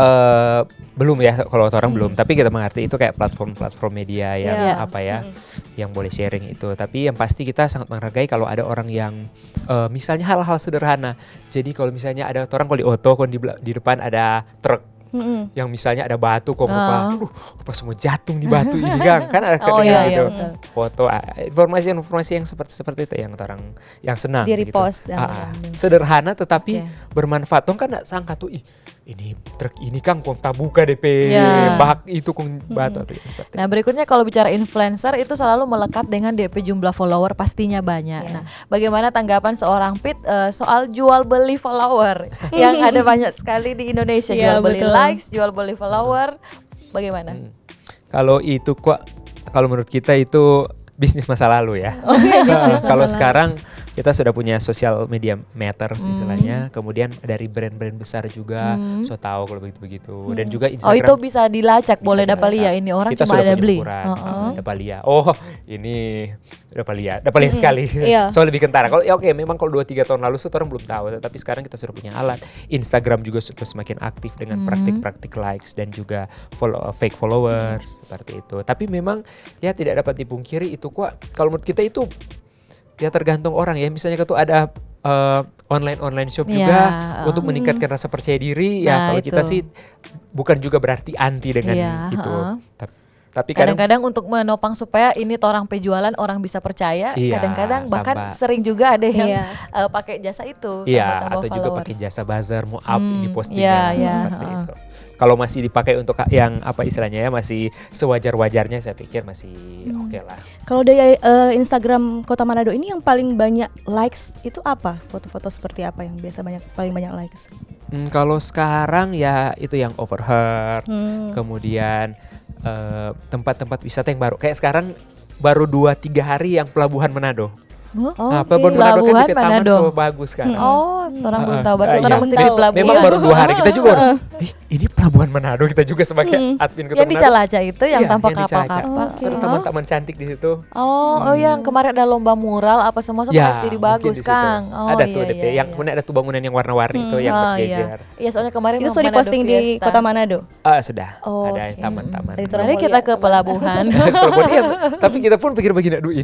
Uh, belum ya, kalau orang hmm. belum. Tapi kita mengerti itu kayak platform-platform media yang yeah. apa ya, hmm. yang boleh sharing itu. Tapi yang pasti kita sangat menghargai kalau ada orang yang uh, misalnya hal-hal sederhana. Jadi kalau misalnya ada orang kalau di auto, kalau di, di depan ada truk. Mm-hmm. Yang misalnya ada batu kok apa, uh. apa semua jatuh di batu ini kan, kan ada oh, iya, gitu, iya, foto, informasi-informasi yang seperti seperti itu yang orang yang senang. Di repost, gitu. ah, ah. Sederhana tetapi okay. bermanfaat. Tuh kan nggak sangka tuh, ih ini truk ini kan kong tak buka D P yeah. bak itu kong batu. Hmm. Nah berikutnya kalau bicara influencer itu selalu melekat dengan D P jumlah follower pastinya banyak. Yeah. Nah bagaimana tanggapan seorang Pit uh, soal jual beli follower yang ada banyak sekali di Indonesia, yeah, jual beli betul. likes, jual beli follower, bagaimana? Hmm. Kalau itu kok, kalau menurut kita itu bisnis masa lalu ya. Oh, uh, kalau sekarang kita sudah punya social media matters hmm. istilahnya, kemudian dari brand-brand besar juga, hmm. so tahu kalau begitu-begitu, hmm. dan juga Instagram. Oh itu bisa dilacak, bisa boleh dapat lihat ini orang kita cuma ada beli. Uh-uh. Dapat lihat, oh ini dapat lihat, dapat lihat hmm. sekali. Yeah. So lebih kentara. Kalau ya oke, okay, memang kalau dua tiga tahun lalu orang belum tahu, tapi sekarang kita sudah punya alat. Instagram juga sudah semakin aktif dengan hmm. praktik-praktik likes dan juga follow, fake followers hmm. seperti itu. Tapi memang ya tidak dapat dipungkiri itu kok kalau menurut kita itu ya tergantung orang ya, misalnya tuh ada uh, online online shop yeah. juga uh, untuk meningkatkan hmm. rasa percaya diri. Nah, ya kalau kita sih bukan juga berarti anti dengan yeah, itu. Uh. Tapi, tapi kadang-kadang untuk menopang supaya ini orang penjualan orang bisa percaya. Iya, kadang-kadang bahkan tambah. Sering juga ada yang iya. uh, pakai jasa itu. Iya, atau followers. Juga pakai jasa buzzer mau up hmm, ini postingan yeah, yeah, seperti uh. itu. Kalau masih dipakai untuk yang apa istilahnya ya, masih sewajar-wajarnya, saya pikir masih hmm. oke okay lah. Kalau dari uh, Instagram Kota Manado ini yang paling banyak likes itu apa? Foto-foto seperti apa yang biasa banyak paling banyak likes? Hmm, kalau sekarang ya itu yang overheard, hmm. kemudian uh, tempat-tempat wisata yang baru. Kayak sekarang baru dua tiga hari yang Pelabuhan Manado. Oh, nah, okay. Pelabuhan Manado kan di taman so bagus kan. Oh, orang belum tahu. Berarti orang mesti di pelabuhan. Memang baru dua hari kita juga. Eh, ini Pelabuhan Manado, kita juga sebagai hmm. admin Kota Manado. Yang di Calaca itu yang iya, tanpa kapal-kapal. Terus taman-taman cantik di situ. Oh, hmm. oh yang kemarin ada lomba mural apa semua semua jadi bagus, Kang. Oh, ada tuh D P. Yang kemudian ada tuh bangunan yang warna-warni itu yang berjejer. Iya, soalnya kemarin itu sudah diposting di Kota Manado. Ah, sudah. Ada taman-taman. Mari kita ke pelabuhan. Tapi kita pun pikir begini, aduh ini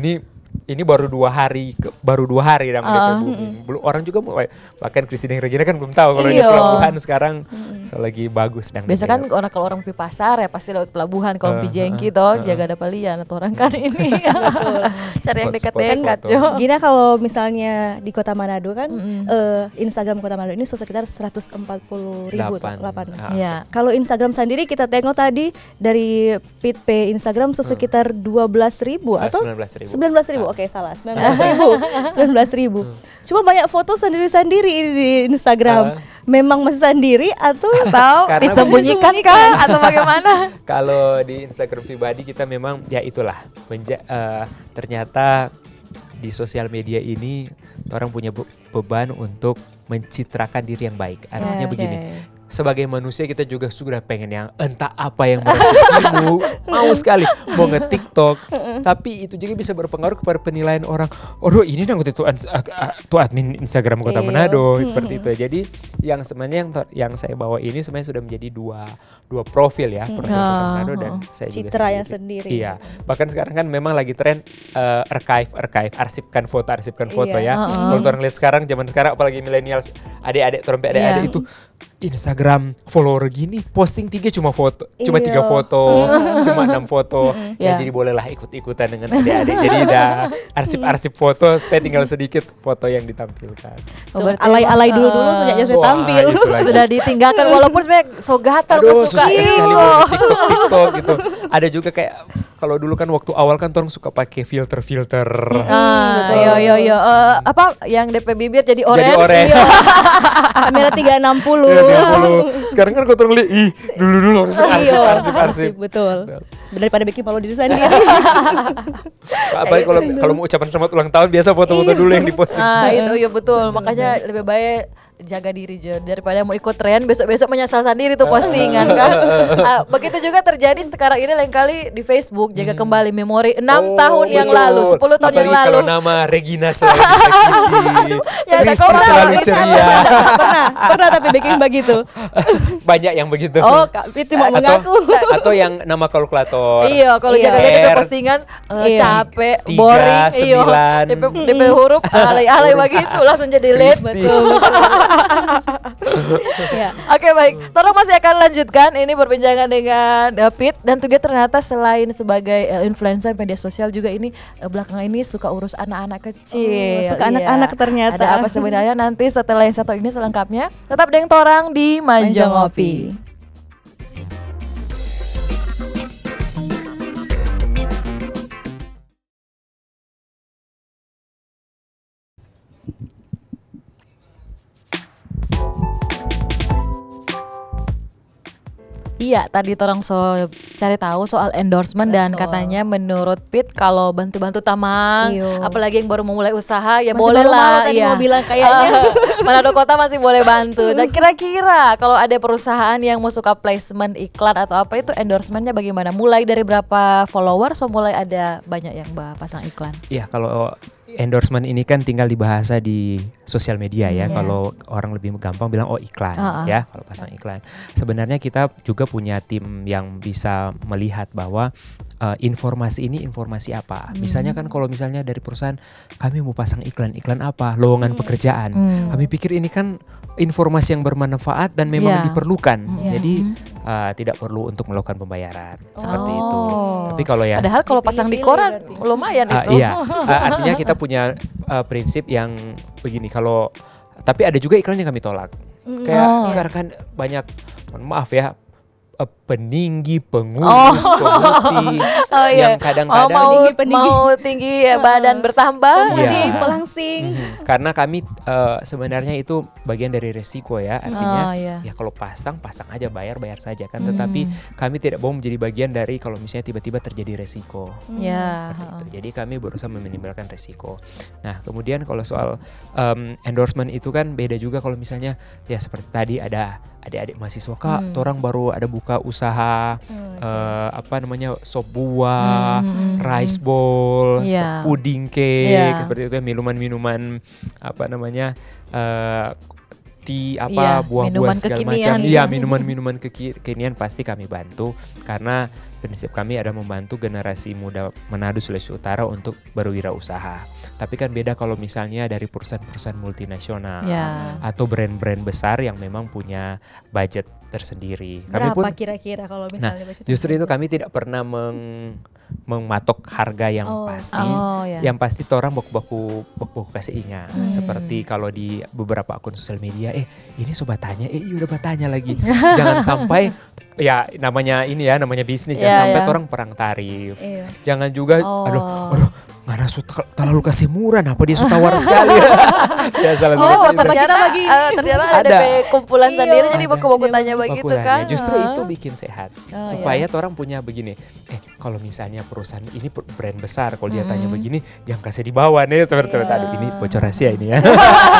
ini baru dua hari ke, baru dua hari yang udah Uh, booming. Belum orang juga mulai, bahkan Christine Regina kan belum tahu kalau di Iya. pelabuhan sekarang so, lagi bagus dan Biasa kan orang kalau orang pi pasar ya pasti lewat pelabuhan, kalau Uh, pi jengki uh, toh uh, jaga ada palian atau orang kan ini. Cari yang Spot-spot dekat-dekat foto. yo. Gina kalau misalnya di Kota Manado kan eh, Instagram Kota Manado ini sekitar seratus empat puluh ribu Delapan. delapan. Ah. Iya. Kalau Instagram sendiri kita tengok tadi dari Pitpay Instagram so sekitar dua belas ribu Ah, atau sembilan belas ribu. sembilan belas ribu. Ah. Oke, salah. sembilan belas ribu. sembilan belas ribu. Cuma banyak foto sendiri-sendiri ini di Instagram. Ah. Memang masih sendiri atau Atau Karena disembunyikan kah atau bagaimana? Kalau di Instagram pribadi kita memang ya itulah menja- eh, ternyata di sosial media ini orang punya be- beban untuk mencitrakan diri yang baik. Artinya Ya, begini, oke. sebagai manusia kita juga sudah pengen yang entah apa yang merasukimu, mau sekali mau nge-TikTok, tapi itu juga bisa berpengaruh kepada penilaian orang. Oh ini nang itu tuh admin Instagram Kota Iya. Manado seperti itu. Jadi yang sebenarnya yang ter- yang saya bawa ini sebenarnya sudah menjadi dua dua profil ya, profil Kota Ah. Manado dan saya juga Citra yang sendiri. Iya, bahkan sekarang kan memang lagi tren eh, archive, archive, arsipkan foto, arsipkan foto Iya. ya. Uh-uh. Kalau orang lihat sekarang, zaman sekarang apalagi milenial, adik-adik, trompet adik-adik Iya. itu Instagram follower gini, posting tiga cuma foto, cuma Iya. tiga foto, cuma enam foto. Ya Iya. jadi bolehlah ikut-ikutan dengan adik-adik. Jadi udah arsip-arsip foto, supaya tinggal sedikit foto yang ditampilkan. Oh, Tuh, berarti alay-alay emang, dulu-dulu ah, sejak saya Wah, tampil. itu lagi. sudah ditinggalkan walaupun sebenarnya so gatal Aduh, suka susah itu. sekali mau TikTok TikTok gitu. Ada juga kayak kalau dulu kan waktu awal kan orang suka pakai filter-filter. Ah, yo yo yo Eh, apa yang D P bibir jadi orange? orange. Iya. Kamera tiga enam puluh. Iya, tiga puluh. Sekarang kan kalau orang lihat, ih dulu-dulu langsung arsip, Iya, arsip, arsip. betul. Daripada bikin malu diri sendiri. Apalagi kalau kalau mau ucapan selamat ulang tahun biasa foto-foto dulu yang diposting. Ah itu ya betul, makanya lebih baik jaga diri Jo daripada mau ikut tren besok-besok menyesal sendiri tuh postingan kan. Ah, begitu juga terjadi sekarang ini lain kali di Facebook, jaga kembali memori enam Oh, tahun yang betul. lalu, sepuluh tahun yang Apalagi lalu. kalau nama Regina selalu disakiti, Ya, Kristi kau pernah, selalu pernah, ceria. pernah, pernah tapi bikin begitu. Banyak yang begitu. Oh, Kak Piti mau atau, mengaku. atau yang nama kalkulator. Iya, kalau Iya. jaga-jaga D P R, postingan eh, iya. capek, tiga, boring, iya. sembilan. D P D P huruf alay-alay begitu langsung jadi lead. Kristi. Betul. Ya. Oke baik, Torong masih akan lanjutkan ini perbincangan dengan David dan juga ternyata selain sebagai uh, influencer media sosial juga ini uh, belakangan ini suka urus anak-anak kecil. Oh, suka Iya. anak-anak ternyata. Ada apa sebenarnya nanti setelah yang satu ini selengkapnya tetap dengan Torang di Manja Manja Ngopi. Ngopi. Iya, tadi Torang so cari tahu soal endorsement dan Betul. katanya menurut Pit kalau bantu-bantu tamang, Iyo. apalagi yang baru memulai usaha ya Masih boleh malu-malu lah. tadi Iya. mau bilang kayaknya. Manado Kota masih boleh bantu. Dan kira-kira kalau ada perusahaan yang mau suka placement iklan atau apa itu endorsementnya bagaimana? Mulai dari berapa follower, so mulai ada banyak yang bah- pasang iklan. Iya, kalau endorsement ini kan tinggal dibahasa di sosial media ya. Iya. Kalau orang lebih gampang bilang oh iklan Ah, ah. ya, kalau pasang iklan. Sebenarnya kita juga punya tim yang bisa melihat bahwa uh, informasi ini informasi apa. Misalnya kan kalau misalnya dari perusahaan kami mau pasang iklan, iklan apa? Lowongan pekerjaan. Hmm. Kami pikir ini kan informasi yang bermanfaat dan memang Iya. diperlukan. Iya. Jadi uh, tidak perlu untuk melakukan pembayaran seperti itu. Oh. Tapi kalau ya Padahal kalau pasang di koran lumayan Ah, itu. iya, Ah, artinya kita punya uh, prinsip yang begini. Kalau tapi ada juga iklan yang kami tolak. Kayak Oh. sekarang kan banyak, mohon maaf ya, uh, peninggi, pengurus, pemutih Oh iya. yang kadang-kadang oh, mau Peninggi, peninggi. mau tinggi ya, badan bertambah. Iya. Jadi pelangsing. Mhm. Karena kami uh, sebenarnya itu bagian dari resiko ya. Artinya Oh, iya. ya kalau pasang pasang aja, bayar bayar saja kan. Tetapi kami tidak mau menjadi bagian dari kalau misalnya tiba-tiba terjadi resiko. Ya. Seperti itu. Jadi kami berusaha meminimalkan resiko. Nah kemudian kalau soal um, endorsement itu kan beda juga kalau misalnya ya seperti tadi ada adik-adik mahasiswa kak, orang baru ada buka usaha eh, apa namanya sop buah, rice bowl, Iya. seperti puding cake, Iya. seperti itu ya, minuman-minuman apa namanya eh, tea, apa Iya, buah-buah minuman segala kekinian. macam. Iya, minuman-minuman keki- kekinian pasti kami bantu karena prinsip kami ada membantu generasi muda Manado Sulawesi Utara untuk berwirausaha. Tapi kan beda kalau misalnya dari perusahaan-perusahaan multinasional Ya. atau brand-brand besar yang memang punya budget tersendiri. Kami Berapa pun kira-kira kalau Nah, misalnya budget justru itu tersebut? kami tidak pernah meng, mematok harga yang Oh. pasti. Oh, ya. Yang pasti orang baku-baku baku kasih ingat. Hmm. Seperti kalau di beberapa akun sosial media, eh ini sobat tanya, eh iya udah bertanya lagi. Jangan sampai ya namanya ini ya, namanya bisnis ya, Ya, sampai ya. orang perang tarif. Iya. Jangan juga Oh. aduh aduh mana suka terlalu kasih murah, apa dia suka tawar sekali. Ya salah Oh, seperti itu. ternyata lagi. eh, ternyata ada, Ada. D P kumpulan Iya. sendiri jadi Ada. baku-baku Iya, tanya Baku begitu tanya. kan. Justru Ah. itu bikin sehat. Oh, supaya tuh orang punya begini. Eh kalau misalnya perusahaan ini per- brand besar, kalau dia tanya begini, jangan kasih di bawah nih seperti itu. Iya. Aduh, ini bocor rahasia ini ya.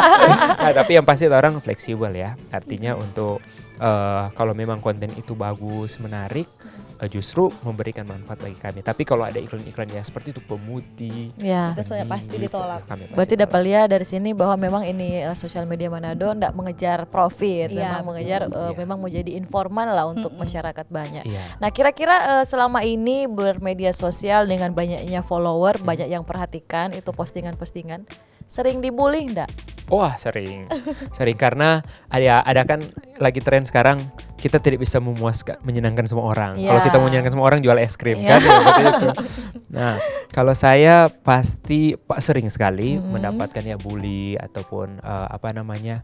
Nah, tapi yang pasti orang fleksibel ya. Artinya untuk eh, kalau memang konten itu bagus, menarik, eh, justru memberikan manfaat bagi kami. Tapi kalau ada iklan-iklan ya seperti itu pemutih, Ya. Itu soalnya pasti gitu, ditolak. kami pasti Berarti tolak. dapat lihat dari sini bahwa memang ini uh, sosial media Manado tidak mengejar profit, Iya, memang betul. mengejar uh, Iya. memang mau jadi informan lah untuk masyarakat banyak. Iya. Nah, kira-kira uh, selama ini bermedia sosial dengan banyaknya follower, banyak yang perhatikan itu postingan-postingan, sering dibully enggak? Wah sering, sering karena ada ada kan lagi tren sekarang kita tidak bisa memuaskan, menyenangkan semua orang. Iya. Kalau kita mau menyenangkan semua orang jual es krim Iya. kan, ya, seperti itu. Nah kalau saya pasti pak sering sekali mendapatkan ya bully ataupun eh, apa namanya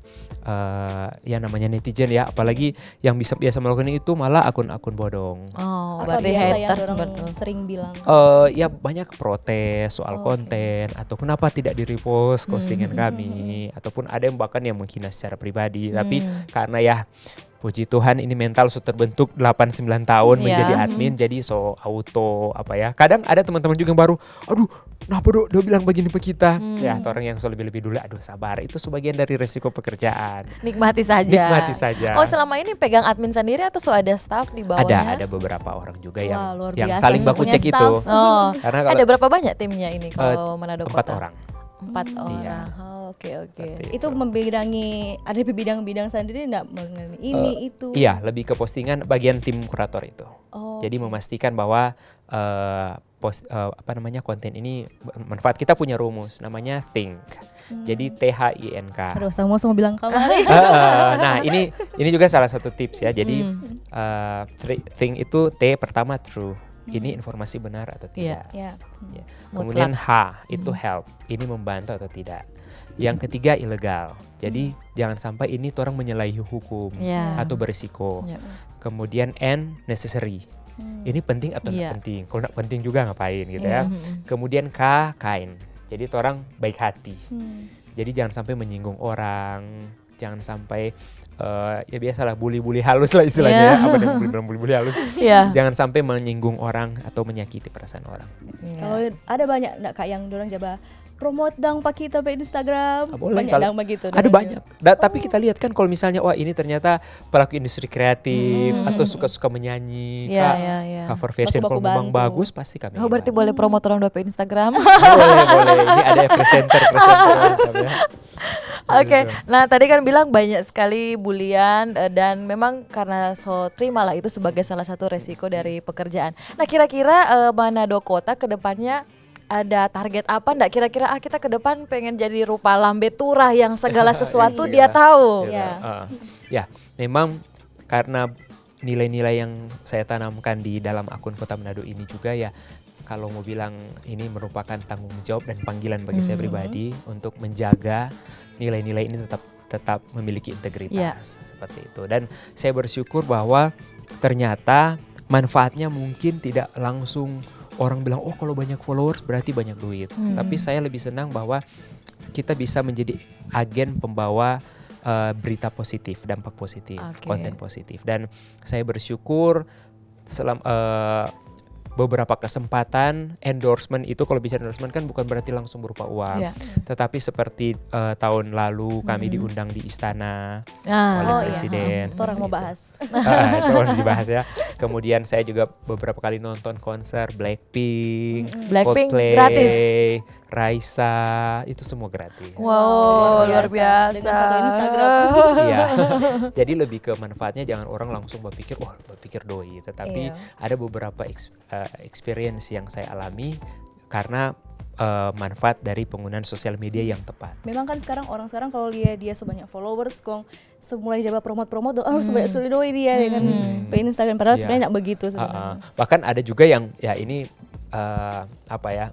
eh, ya namanya netizen ya, apalagi yang bisa biasa melakukan itu malah akun-akun bodong. Oh, Apa berarti biasa yang haters orang betul. sering bilang? Eh ya banyak protes soal Oh, oke. konten atau kenapa tidak di repost postingan kami ataupun ada yang bahkan yang menghina secara pribadi tapi karena ya puji Tuhan ini mental sudah terbentuk delapan sembilan tahun Iya. menjadi admin jadi so auto apa ya kadang ada teman-teman juga yang baru aduh kenapa do dia bilang begini ke kita ya atau orang yang so lebih-lebih dulu aduh sabar itu sebagian dari resiko pekerjaan. Nikmati saja. Nikmati saja. Oh, selama ini pegang admin sendiri atau so ada staff di bawahnya? ada ada beberapa orang juga Wah, yang luar yang biasa saling baku punya cek itu staff. Oh, karena kalau ada berapa banyak timnya ini kalau eh, Manado empat Kota? orang. Empat Iya. orang. Oh, oke oke. Seperti Itu membidangi ada bidang-bidang sendiri enggak mengenai ini itu. Iya, lebih ke postingan bagian tim kurator itu. Oh, Jadi oke. memastikan bahwa eh, pos, eh, apa namanya konten ini bermanfaat. Kita punya rumus namanya think. Jadi T H I N K. Aduh, sama mau bilang kemarin. Eh, eh, nah ini ini juga salah satu tips ya. Jadi eh, tri- think itu T pertama true. Ini informasi benar atau Iya. tidak. Ya. Ya. Kemudian H itu help. Ini membantu atau tidak. Yang ketiga ilegal. Jadi jangan sampai ini tuh orang menyalahi hukum Ya. atau berisiko. Ya. Kemudian N necessary. Ini penting atau Iya. tidak penting? Kalau tidak penting juga ngapain gitu ya. Mhm. Kemudian K kind. Jadi tuh orang baik hati. Hmm. Jadi jangan sampai menyinggung orang, jangan sampai eh, ya biasalah bully-bully halus lah istilahnya Iya. ya. Apa yang bully bully halus? Iya. Jangan sampai menyinggung orang atau menyakiti perasaan orang. Kalau ada banyak enggak Kak yang dorang coba promote dang pak kita pe Instagram. Ah, boleh, banyak kalau- dang begitu. Ada dorang banyak. Da- Tapi kita lihat kan kalau misalnya wah ini ternyata pelaku industri kreatif atau suka-suka menyanyi, Iya, Kak, iya, iya. cover version Baku-baku kalau memang bantu. bagus pasti kami. Oh, berarti bantu. boleh promote orang dope Instagram. boleh boleh. Ini ada presenter presenter ya. Oke, Gitu. nah tadi kan bilang banyak sekali bulian eh, dan memang karena so terimalah itu sebagai salah satu resiko dari pekerjaan. Nah kira-kira eh, Manado Kota ke depannya ada target apa ndak? Kira-kira ah kita ke depan pengen jadi rupa lambe turah yang segala sesuatu dia Iya. tahu. Iya. Uh, ya, memang karena nilai-nilai yang saya tanamkan di dalam akun Kota Manado ini juga ya kalau mau bilang ini merupakan tanggung jawab dan panggilan bagi saya pribadi untuk menjaga nilai-nilai ini tetap tetap memiliki integritas seperti itu. Dan saya bersyukur bahwa ternyata manfaatnya mungkin tidak langsung orang bilang oh kalau banyak followers berarti banyak duit. Tapi saya lebih senang bahwa kita bisa menjadi agen pembawa uh, berita positif, dampak positif, Oke. konten positif. Dan saya bersyukur selam, uh, beberapa kesempatan endorsement itu kalau bisa endorsement kan bukan berarti langsung berupa uang, Iya. tetapi seperti uh, tahun lalu kami diundang di istana Nah, oleh Oh, iya. presiden. Itu orang mau bahas. Ah, itu orang dibahas ya. Kemudian saya juga beberapa kali nonton konser Blackpink, Blackpink Coldplay, gratis. Raisa, itu semua gratis. Wow, luar biasa. Dengan satu Instagram. Iya. Jadi lebih ke manfaatnya, jangan orang langsung berpikir, wah berpikir doi. Tetapi Iya. ada beberapa eks, uh, experience yang saya alami karena uh, manfaat dari penggunaan sosial media yang tepat. Memang kan sekarang orang sekarang kalau dia dia sebanyak followers, kong semulai jabat promote-promote, oh sebanyak sekali doi dia dengan Hmm. pe Instagram. Padahal Iya. sebenarnya nggak begitu Uh, uh. sebenarnya. Bahkan ada juga yang ya ini uh, apa ya?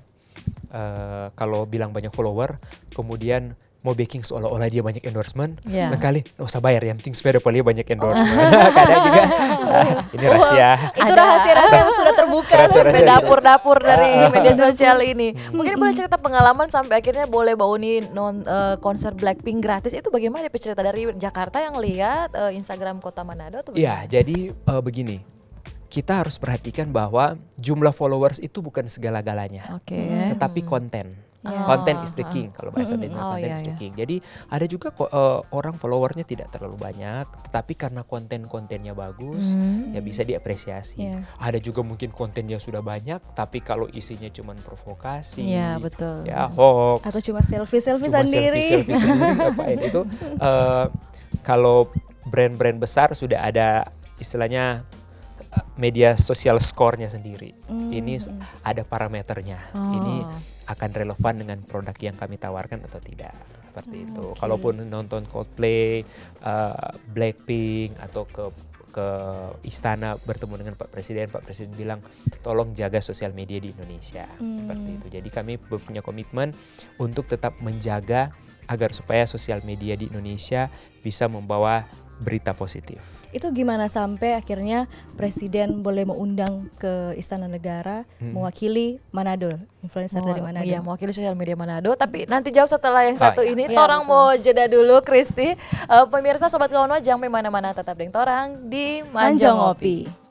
Uh, kalau bilang banyak follower, kemudian mau baking seolah-olah dia banyak endorsement, Yeah. lain kali nggak usah bayar, yang penting sepeda paling banyak endorsement. Kadang juga ah, ini rahasia. Itu Ada- rahasia-rahasia yang sudah terbuka. Rahasia-rahasia. dapur-dapur dari media sosial ini. Mungkin boleh cerita pengalaman sampai akhirnya boleh Bauni non eh, konser Blackpink gratis, itu bagaimana dia cerita dari Jakarta yang lihat eh, Instagram Kota Manado atau Iya, jadi uh, begini, kita harus perhatikan bahwa jumlah followers itu bukan segala-galanya, Oke. tetapi konten. Konten is the king kalau bahasa Vietnam, Oh, konten iya, is the iya. king. Jadi ada juga kok uh, orang followernya tidak terlalu banyak, tetapi karena konten-kontennya bagus, ya bisa diapresiasi. Iya. Ada juga mungkin kontennya sudah banyak, tapi kalau isinya cuma provokasi, Iya, betul. ya hoax, Atau cuma selfie-selfie cuma sendiri. selfie-selfie sendiri, ngapain itu? uh, kalau brand-brand besar sudah ada istilahnya uh, media sosial score-nya sendiri. Ini s- ada parameternya. Ini akan relevan dengan produk yang kami tawarkan atau tidak. Seperti itu. Kalaupun nonton Coldplay, uh, Blackpink atau ke ke istana bertemu dengan Pak Presiden, Pak Presiden bilang tolong jaga sosial media di Indonesia. Seperti itu. Jadi kami punya komitmen untuk tetap menjaga agar supaya sosial media di Indonesia bisa membawa berita positif. Itu gimana sampai akhirnya Presiden boleh mengundang ke Istana Negara mewakili Manado, influencer dari Manado. Iya, mewakili sosial media Manado. Tapi nanti jawab setelah yang Oh, satu iya. ini. Iya, Torang betul. mau jeda dulu, Kristi. Eh, pemirsa Sobat Kawan Wah, jangan mana-mana, tetap dengan Torang di Manja Manja Ngopi. Ngopi.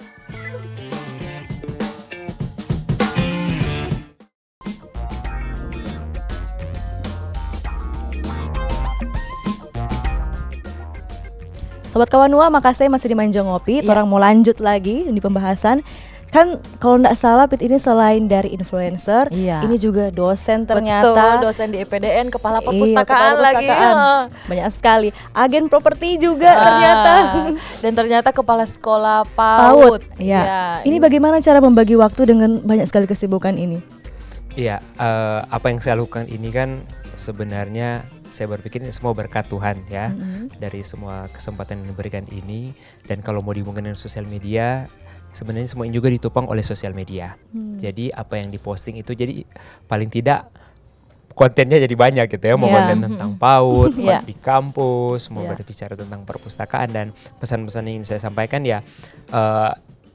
Sobat Kawanua, makasih masih di Manja Ngopi. Iya. Orang mau lanjut lagi di pembahasan. Kan kalau nggak salah Pit ini selain dari influencer, Iya. ini juga dosen Betul, ternyata. dosen di E P D N, kepala Iya, perpustakaan kepala lagi. perpustakaan. Ya. Banyak sekali. Agen properti juga Ah, ternyata. Dan ternyata kepala sekolah PAUD. PAUD. Ya. Ini bagaimana cara membagi waktu dengan banyak sekali kesibukan ini? Iya, eh, apa yang saya lakukan ini kan sebenarnya saya berpikir ini semua berkat Tuhan ya, dari semua kesempatan yang diberikan ini. Dan kalau mau dihubungkan dengan sosial media, sebenarnya semua ini juga ditopang oleh sosial media. Jadi apa yang diposting itu jadi paling tidak kontennya jadi banyak gitu ya, mau Iya. konten tentang PAUD, Iya. di kampus, mau Iya. berbicara tentang perpustakaan, dan pesan-pesan yang ingin saya sampaikan ya eh,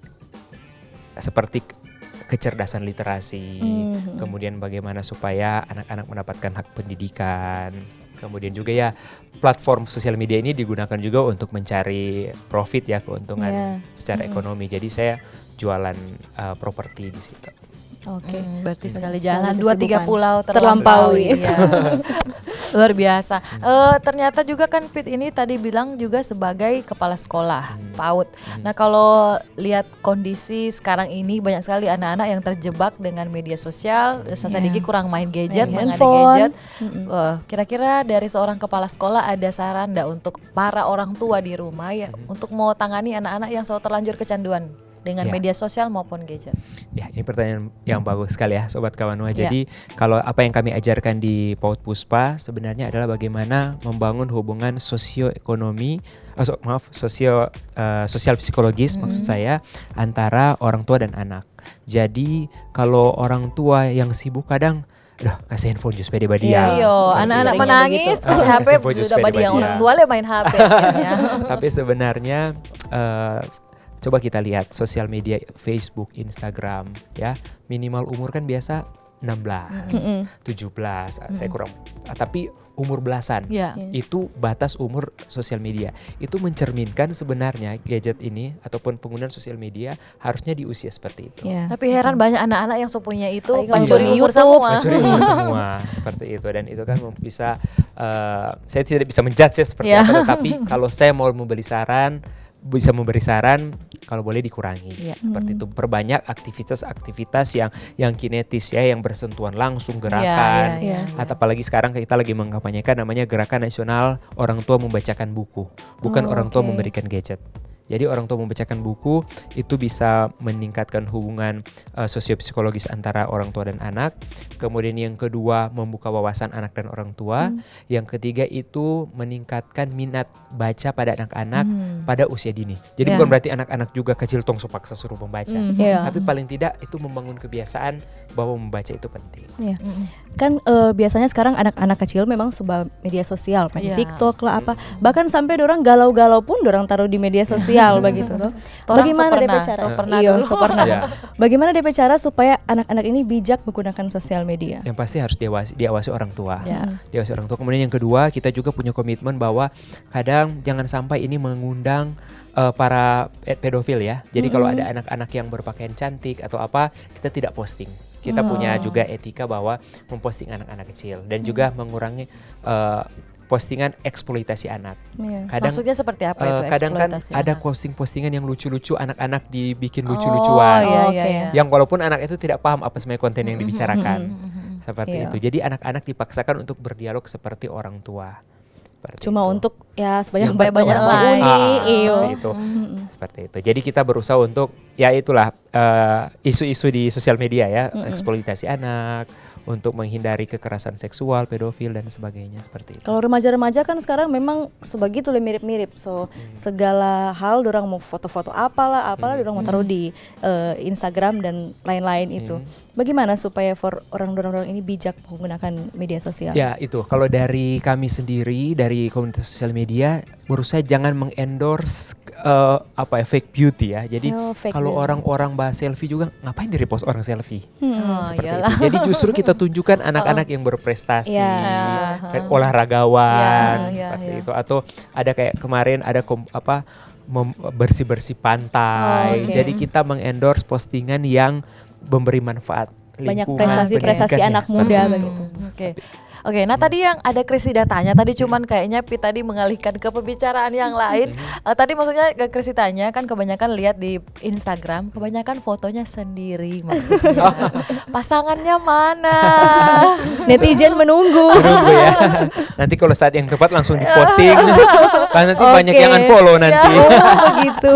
seperti kecerdasan literasi, kemudian bagaimana supaya anak-anak mendapatkan hak pendidikan, kemudian juga ya platform sosial media ini digunakan juga untuk mencari profit ya, keuntungan Iya. secara ekonomi. Jadi saya jualan uh, properti di situ. Oke. Hmm, berarti Banyak sekali sekali jalan dua tiga kesibukan. pulau Terlampaui. terlampaui. Iya. Luar biasa. Eh, ternyata juga kan Pit ini tadi bilang juga sebagai kepala sekolah PAUD. Nah, kalau lihat kondisi sekarang ini banyak sekali anak-anak yang terjebak dengan media sosial, Sasa Iya. Diki kurang main gadget, Main mengenai handphone. gadget. Wah, kira-kira dari seorang kepala sekolah ada saran enggak untuk para orang tua di rumah ya untuk mau tangani anak-anak yang selalu terlanjur kecanduan dengan Ya. media sosial maupun gadget? Ya, ini pertanyaan yang bagus sekali ya Sobat Kawanua. Ya. Jadi kalau apa yang kami ajarkan di PAUD Puspa sebenarnya adalah bagaimana membangun hubungan sosioekonomi, oh, so- maaf, sosio eh, sosial psikologis maksud saya antara orang tua dan anak. Jadi kalau orang tua yang sibuk kadang aduh kasih handphone jus pede badia. Iya, anak-anak Seringnya menangis begitu. kasih Ah, H P kasih voice sudah sepeda pada yang badia. orang tua le main H P. Ya. Tapi sebenarnya eh, coba kita lihat sosial media Facebook, Instagram ya, minimal umur kan biasa enam belas, tujuh belas, saya kurang, ah, tapi umur belasan Ya. itu batas umur sosial media. Itu mencerminkan sebenarnya gadget ini ataupun penggunaan sosial media harusnya di usia seperti itu. Ya. Tapi heran banyak anak-anak yang sepunya itu Apalagi kalau pencuri di umur YouTube, semua. Mencuri umur semua seperti itu, dan itu kan bisa eh, saya tidak bisa menjudge ya seperti Ya. apa, tetapi kalau saya mau memberi saran bisa memberi saran kalau boleh dikurangi. Iya. Seperti itu, perbanyak aktivitas-aktivitas yang yang kinetis ya, yang bersentuhan langsung, gerakan. Iya, iya, iya. Atau apalagi sekarang kita lagi mengkampanyekan namanya Gerakan Nasional Orang Tua Membacakan Buku, bukan Oh, orang tua oke. memberikan gadget. Jadi orang tua membacakan buku itu bisa meningkatkan hubungan uh, sosiopsikologis antara orang tua dan anak. Kemudian yang kedua, membuka wawasan anak dan orang tua. Hmm. Yang ketiga itu meningkatkan minat baca pada anak-anak Hmm. pada usia dini. Jadi Ya. bukan berarti anak-anak juga kecil tong paksa suruh membaca. Hmm. Iya. Tapi paling tidak itu membangun kebiasaan bahwa membaca itu penting. Iya. Mm-mm. Kan eh, biasanya sekarang anak-anak kecil memang sebuah media sosial, main Iya. TikTok lah apa. Bahkan sampai dorang galau-galau pun dorang taruh di media sosial begitu tuh. Torang Bagaimana so D P pernah, cara? so pernah Iya, dulu. so pernah. Iya. Bagaimana D P cara supaya anak-anak ini bijak menggunakan sosial media? Yang pasti harus diawasi, diawasi orang tua. Ya. Diawasi orang tua. Kemudian yang kedua, kita juga punya komitmen bahwa kadang jangan sampai ini mengundang uh, para pedofil ya. Jadi kalau ada anak-anak yang berpakaian cantik atau apa, kita tidak posting. Kita punya juga etika bahwa memposting anak-anak kecil dan juga mengurangi uh, postingan eksploitasi anak. Iya. Kadang Maksudnya seperti apa itu uh, kadang kan eksploitasi ada anak? posting-postingan yang lucu-lucu, anak-anak dibikin Oh, lucu-lucuan. iya, Oke. iya, iya. Yang walaupun anak itu tidak paham apa sebenarnya konten yang dibicarakan. Seperti Iya. itu. Jadi anak-anak dipaksakan untuk berdialog seperti orang tua. Seperti Cuma itu. untuk ya sebanyak Supaya banyak orang like. uni, Ah, iyo. seperti itu. Seperti itu. Jadi kita berusaha untuk ya itulah eh, isu-isu di sosial media ya, eksploitasi anak, untuk menghindari kekerasan seksual, pedofil dan sebagainya seperti itu. Kalau remaja-remaja kan sekarang memang sebegitu lah mirip-mirip. So segala hal dorang mau foto-foto apalah, apalah dorang mau taruh di eh, Instagram dan lain-lain itu. Bagaimana supaya for orang-orang ini bijak menggunakan media sosial? Ya itu, kalau dari kami sendiri dari komunitas sosial media berusaha jangan mengendorse eh, apa ya, fake beauty ya. Jadi Oh, fake kalau beauty. orang-orang bahas selfie juga ngapain di repost orang selfie? Oh, Seperti iyalah. itu. Jadi justru kita tunjukkan anak-anak yang berprestasi, Iya. kayak olahragawan Iya, iya, seperti iya. itu. Atau ada kayak kemarin ada kom, apa mem- bersih-bersih pantai. Oh, oke. Jadi kita mengendorse postingan yang memberi manfaat Banyak lingkungan, prestasi-prestasi pendidikan, ya, anak seperti muda itu. begitu. Oke. Oke, nah tadi yang ada Krisida tanya tadi cuman kayaknya Pi tadi mengalihkan ke pembicaraan yang lain. Eh, tadi maksudnya ke Krisi tanya kan kebanyakan lihat di Instagram, kebanyakan fotonya sendiri maksudnya. Pasangannya mana? Netizen menunggu. Menunggu ya. Nanti kalau saat yang tepat langsung diposting. Kan nanti banyak Oke. yang unfollow nanti. Oh, begitu.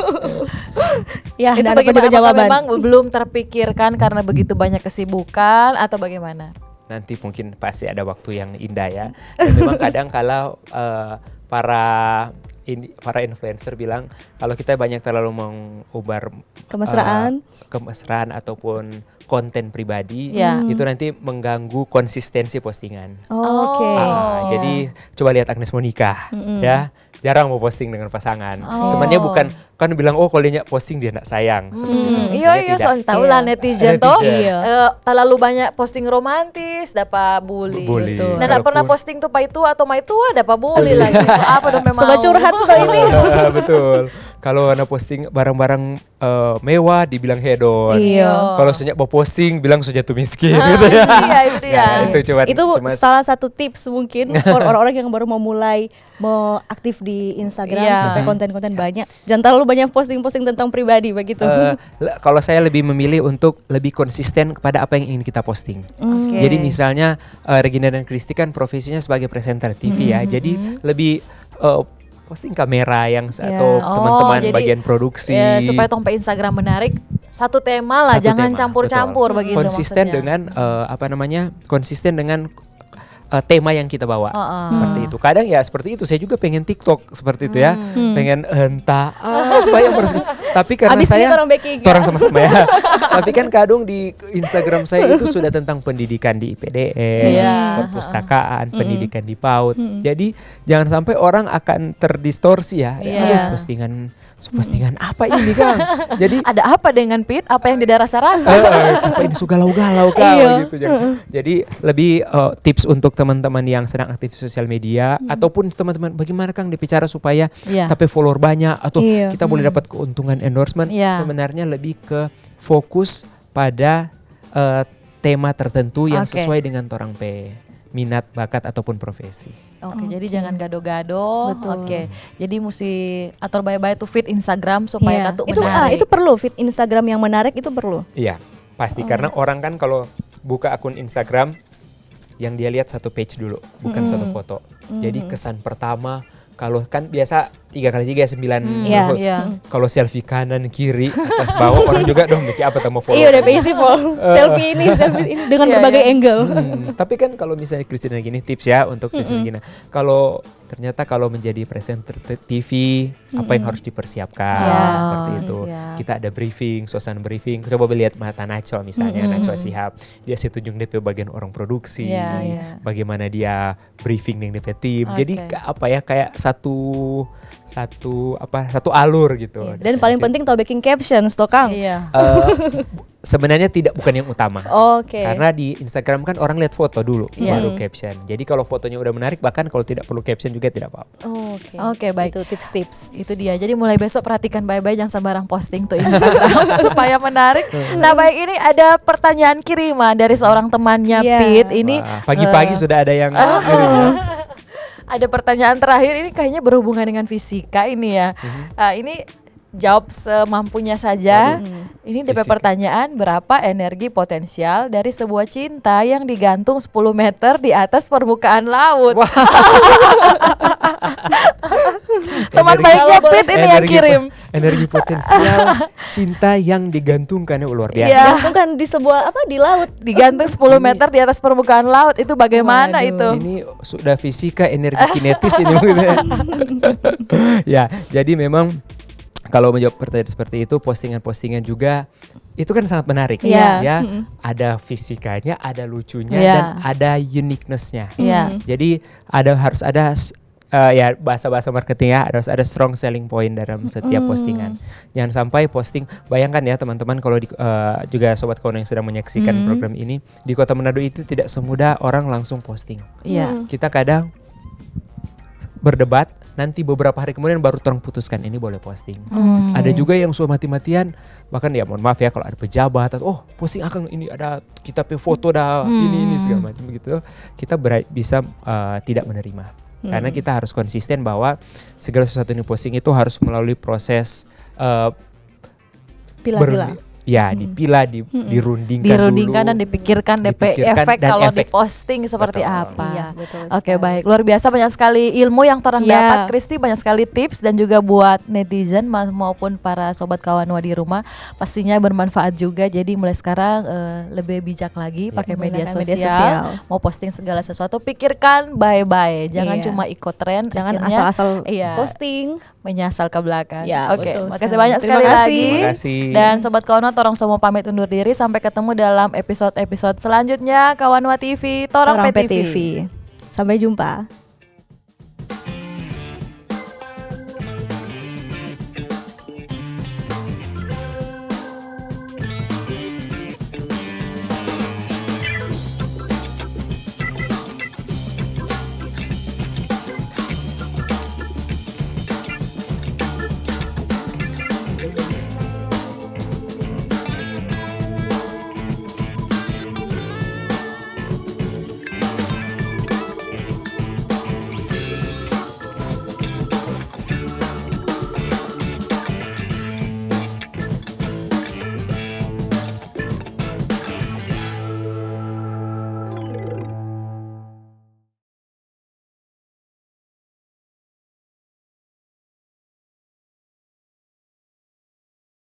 Ya, Itu dan bagaimana? ada juga Apakah jawaban. memang belum terpikirkan karena begitu banyak kesibukan atau bagaimana? Nanti mungkin pasti ada waktu yang indah ya. Dan memang kadang kalau uh, para ini, para influencer bilang kalau kita banyak terlalu mengubar Kemesraan. uh, kemesraan ataupun konten pribadi, Ya. itu nanti mengganggu konsistensi postingan. Oh, Oke. Ah, jadi coba lihat Agnes Monica ya, jarang mau posting dengan pasangan. Sebenarnya bukan kan bilang oh kalau dia posting dia nak sayang. Seperti itu. Hmm, Sebenarnya iya iya tidak. soalnya tahu lah Iya. netizen Netizen. toh Iya. eh, terlalu banyak posting romantis dapat bully. Bully. Betul. Nah, nggak pernah Walaupun- posting tuh pai tua atau mai tua dapat bully lagi. Itu apa dong memang? Sobat curhat tuh ini. Ah, betul. Kalau anda posting barang-barang eh, mewah dibilang hedon. Iya. Kalau senyak mau posting bilang sejatuh miskin. Nah, gitu ya. itu dia, itu dia. Nah, itu cuman, Itu cuma salah satu tips mungkin for orang-orang yang baru mau mulai mau aktif di Instagram Iya. supaya konten-konten banyak. Jangan terlalu banyak posting-posting tentang pribadi begitu. Eh, le- kalau saya lebih memilih untuk lebih konsisten kepada apa yang ingin kita posting. Oke. Jadi misalnya eh, Regina dan Kristi kan profesinya sebagai presenter T V ya. Jadi lebih eh, posting kamera yang s- Ya. atau Oh, teman-teman jadi, bagian produksi. Ya, supaya tong pe Instagram menarik satu tema lah, Satu jangan tema, campur-campur betul. begitu Konsisten maksudnya. dengan eh, apa namanya? Konsisten dengan eh, tema yang kita bawa. Heeh. Seperti itu. Kadang ya seperti itu. Saya juga pengen TikTok seperti itu ya. Hmm. Pengen entah apa yang harus. Tapi karena Abis ini saya orang baking. orang sama-sama ya. Tapi kan kadang di Instagram saya itu sudah tentang pendidikan di I P D N, Iya. perpustakaan, pendidikan di PAUD. Jadi jangan sampai orang akan terdistorsi ya. Iya. Aduh, postingan postingan apa ini Kang? Jadi Ada apa dengan Pit? Apa yang tidak rasa-rasa? Eh, apa ini suka galau-galau kau Iya. gitu. Jadi, jadi lebih eh, tips untuk teman-teman yang sedang aktif sosial media ataupun teman-teman bagaimana Kang dibicara supaya Iya. tapi follower banyak atau Iya. kita boleh dapat keuntungan endorsement. Iya. Sebenarnya lebih ke fokus pada eh, tema tertentu yang Oke. sesuai dengan torang P. minat, bakat ataupun profesi. Oke, okay, jadi jangan gado-gado. Oke, okay. Jadi mesti atur baik-baik tuh fit Instagram supaya yeah. katu itu, menarik. Ah, itu perlu fit Instagram yang menarik itu perlu. Iya, pasti Oh. karena orang kan kalau buka akun Instagram yang dia lihat satu page dulu, bukan Mm. satu foto. Jadi kesan pertama kalau kan biasa tiga kali tiga sembilan. Hmm, Iya. iya. Kalau selfie kanan kiri atas bawah orang juga dong mikir apa mau follow. Iya udah basic selfie ini, selfie ini dengan Iya, berbagai iya. angle. Hmm, tapi kan kalau misalnya Christina gini tips ya untuk Christina gini. Kalau ternyata kalau menjadi presenter T V apa yang harus dipersiapkan Ya, seperti itu. siap. Kita ada briefing, suasana briefing. Coba lihat mata Najwa misalnya, Mm-mm. Najwa Shihab. Dia setuju D P bagian orang produksi. Ya, ya. Bagaimana dia briefing dengan D P tim. Oke. Jadi ka- apa ya kayak satu satu apa satu alur gitu. Dan paling penting tahu baking captions toh Kang. Iya. Eh, sebenarnya tidak bukan yang utama. Oke. Karena di Instagram kan orang lihat foto dulu Iya. baru caption. Jadi kalau fotonya udah menarik bahkan kalau tidak perlu caption juga tidak apa-apa. Oke. Oke, baik. Itu tips-tips. Itu dia. Jadi mulai besok perhatikan baik-baik jangan sembarang posting tuh Instagram supaya menarik. Nah, baik ini ada pertanyaan kiriman dari seorang temannya Iya. Pit. Ini Wah, pagi-pagi eh, sudah ada yang kirim ya. ada pertanyaan terakhir ini kayaknya berhubungan dengan fisika ini ya. Ah, ini jawab semampunya saja. Ini D P Fisika. pertanyaan, berapa energi potensial dari sebuah cinta yang digantung sepuluh meter di atas permukaan laut? Teman Energi- baiknya Pit ini yang Energi kirim. po- Energi potensial cinta yang digantungkan ya luar biasa. Iya. Gantung kan di sebuah apa di laut. Digantung sepuluh meter di atas permukaan laut. Itu bagaimana Waduh. itu? Ini sudah fisika energi kinetis ini mungkin ya. Ya, jadi memang kalau menjawab pertanyaan seperti itu, postingan-postingan juga itu kan sangat menarik Iya. ya. Mm-mm. Ada fisikanya, ada lucunya Iya. dan ada uniqueness-nya. Iya. Jadi ada harus ada uh, ya bahasa-bahasa marketing ya, harus ada strong selling point dalam setiap postingan. Jangan sampai posting, bayangkan ya teman-teman kalau di, uh, juga sobat kawan yang sedang menyaksikan Mm. program ini di Kota Manado itu tidak semudah orang langsung posting. Iya. Kita kadang berdebat, nanti beberapa hari kemudian baru orang putuskan ini boleh posting. Hmm. Ada juga yang sudah mati-matian, bahkan ya mohon maaf ya kalau ada pejabat, atau, oh posting akan ini ada kita pe foto dah ini ini segala macam begitu, kita ber- bisa uh, tidak menerima. Karena kita harus konsisten bahwa segala sesuatu yang posting itu harus melalui proses uh, Pilah-pilah. ber- ya dipilah, di, dirundingkan, Dirundingkan dulu. dan dipikirkan D P Dipikirkan efek dan kalau efek. diposting seperti Betul. apa. Iya, betul Oke, sekali. baik. Luar biasa banyak sekali ilmu yang orang Iya. dapat. Kristi banyak sekali tips dan juga buat netizen ma- maupun para sobat kawanwa di rumah pastinya bermanfaat juga. Jadi mulai sekarang eh, lebih bijak lagi pakai media Menggunakan sosial. media sosial. Mau posting segala sesuatu pikirkan baik-baik. Jangan Iya. cuma ikut tren. Jangan akhirnya, asal-asal iya, posting. menyasal ke belakang. Ya, Oke, betul makasih sekali. banyak Terima sekali kasih. lagi. Terima kasih. Dan sobat kawanwa, torong semua pamit undur diri. Sampai ketemu dalam episode-episode selanjutnya Kawanwa T V, Torong, Torong P T V. P T V. Sampai jumpa.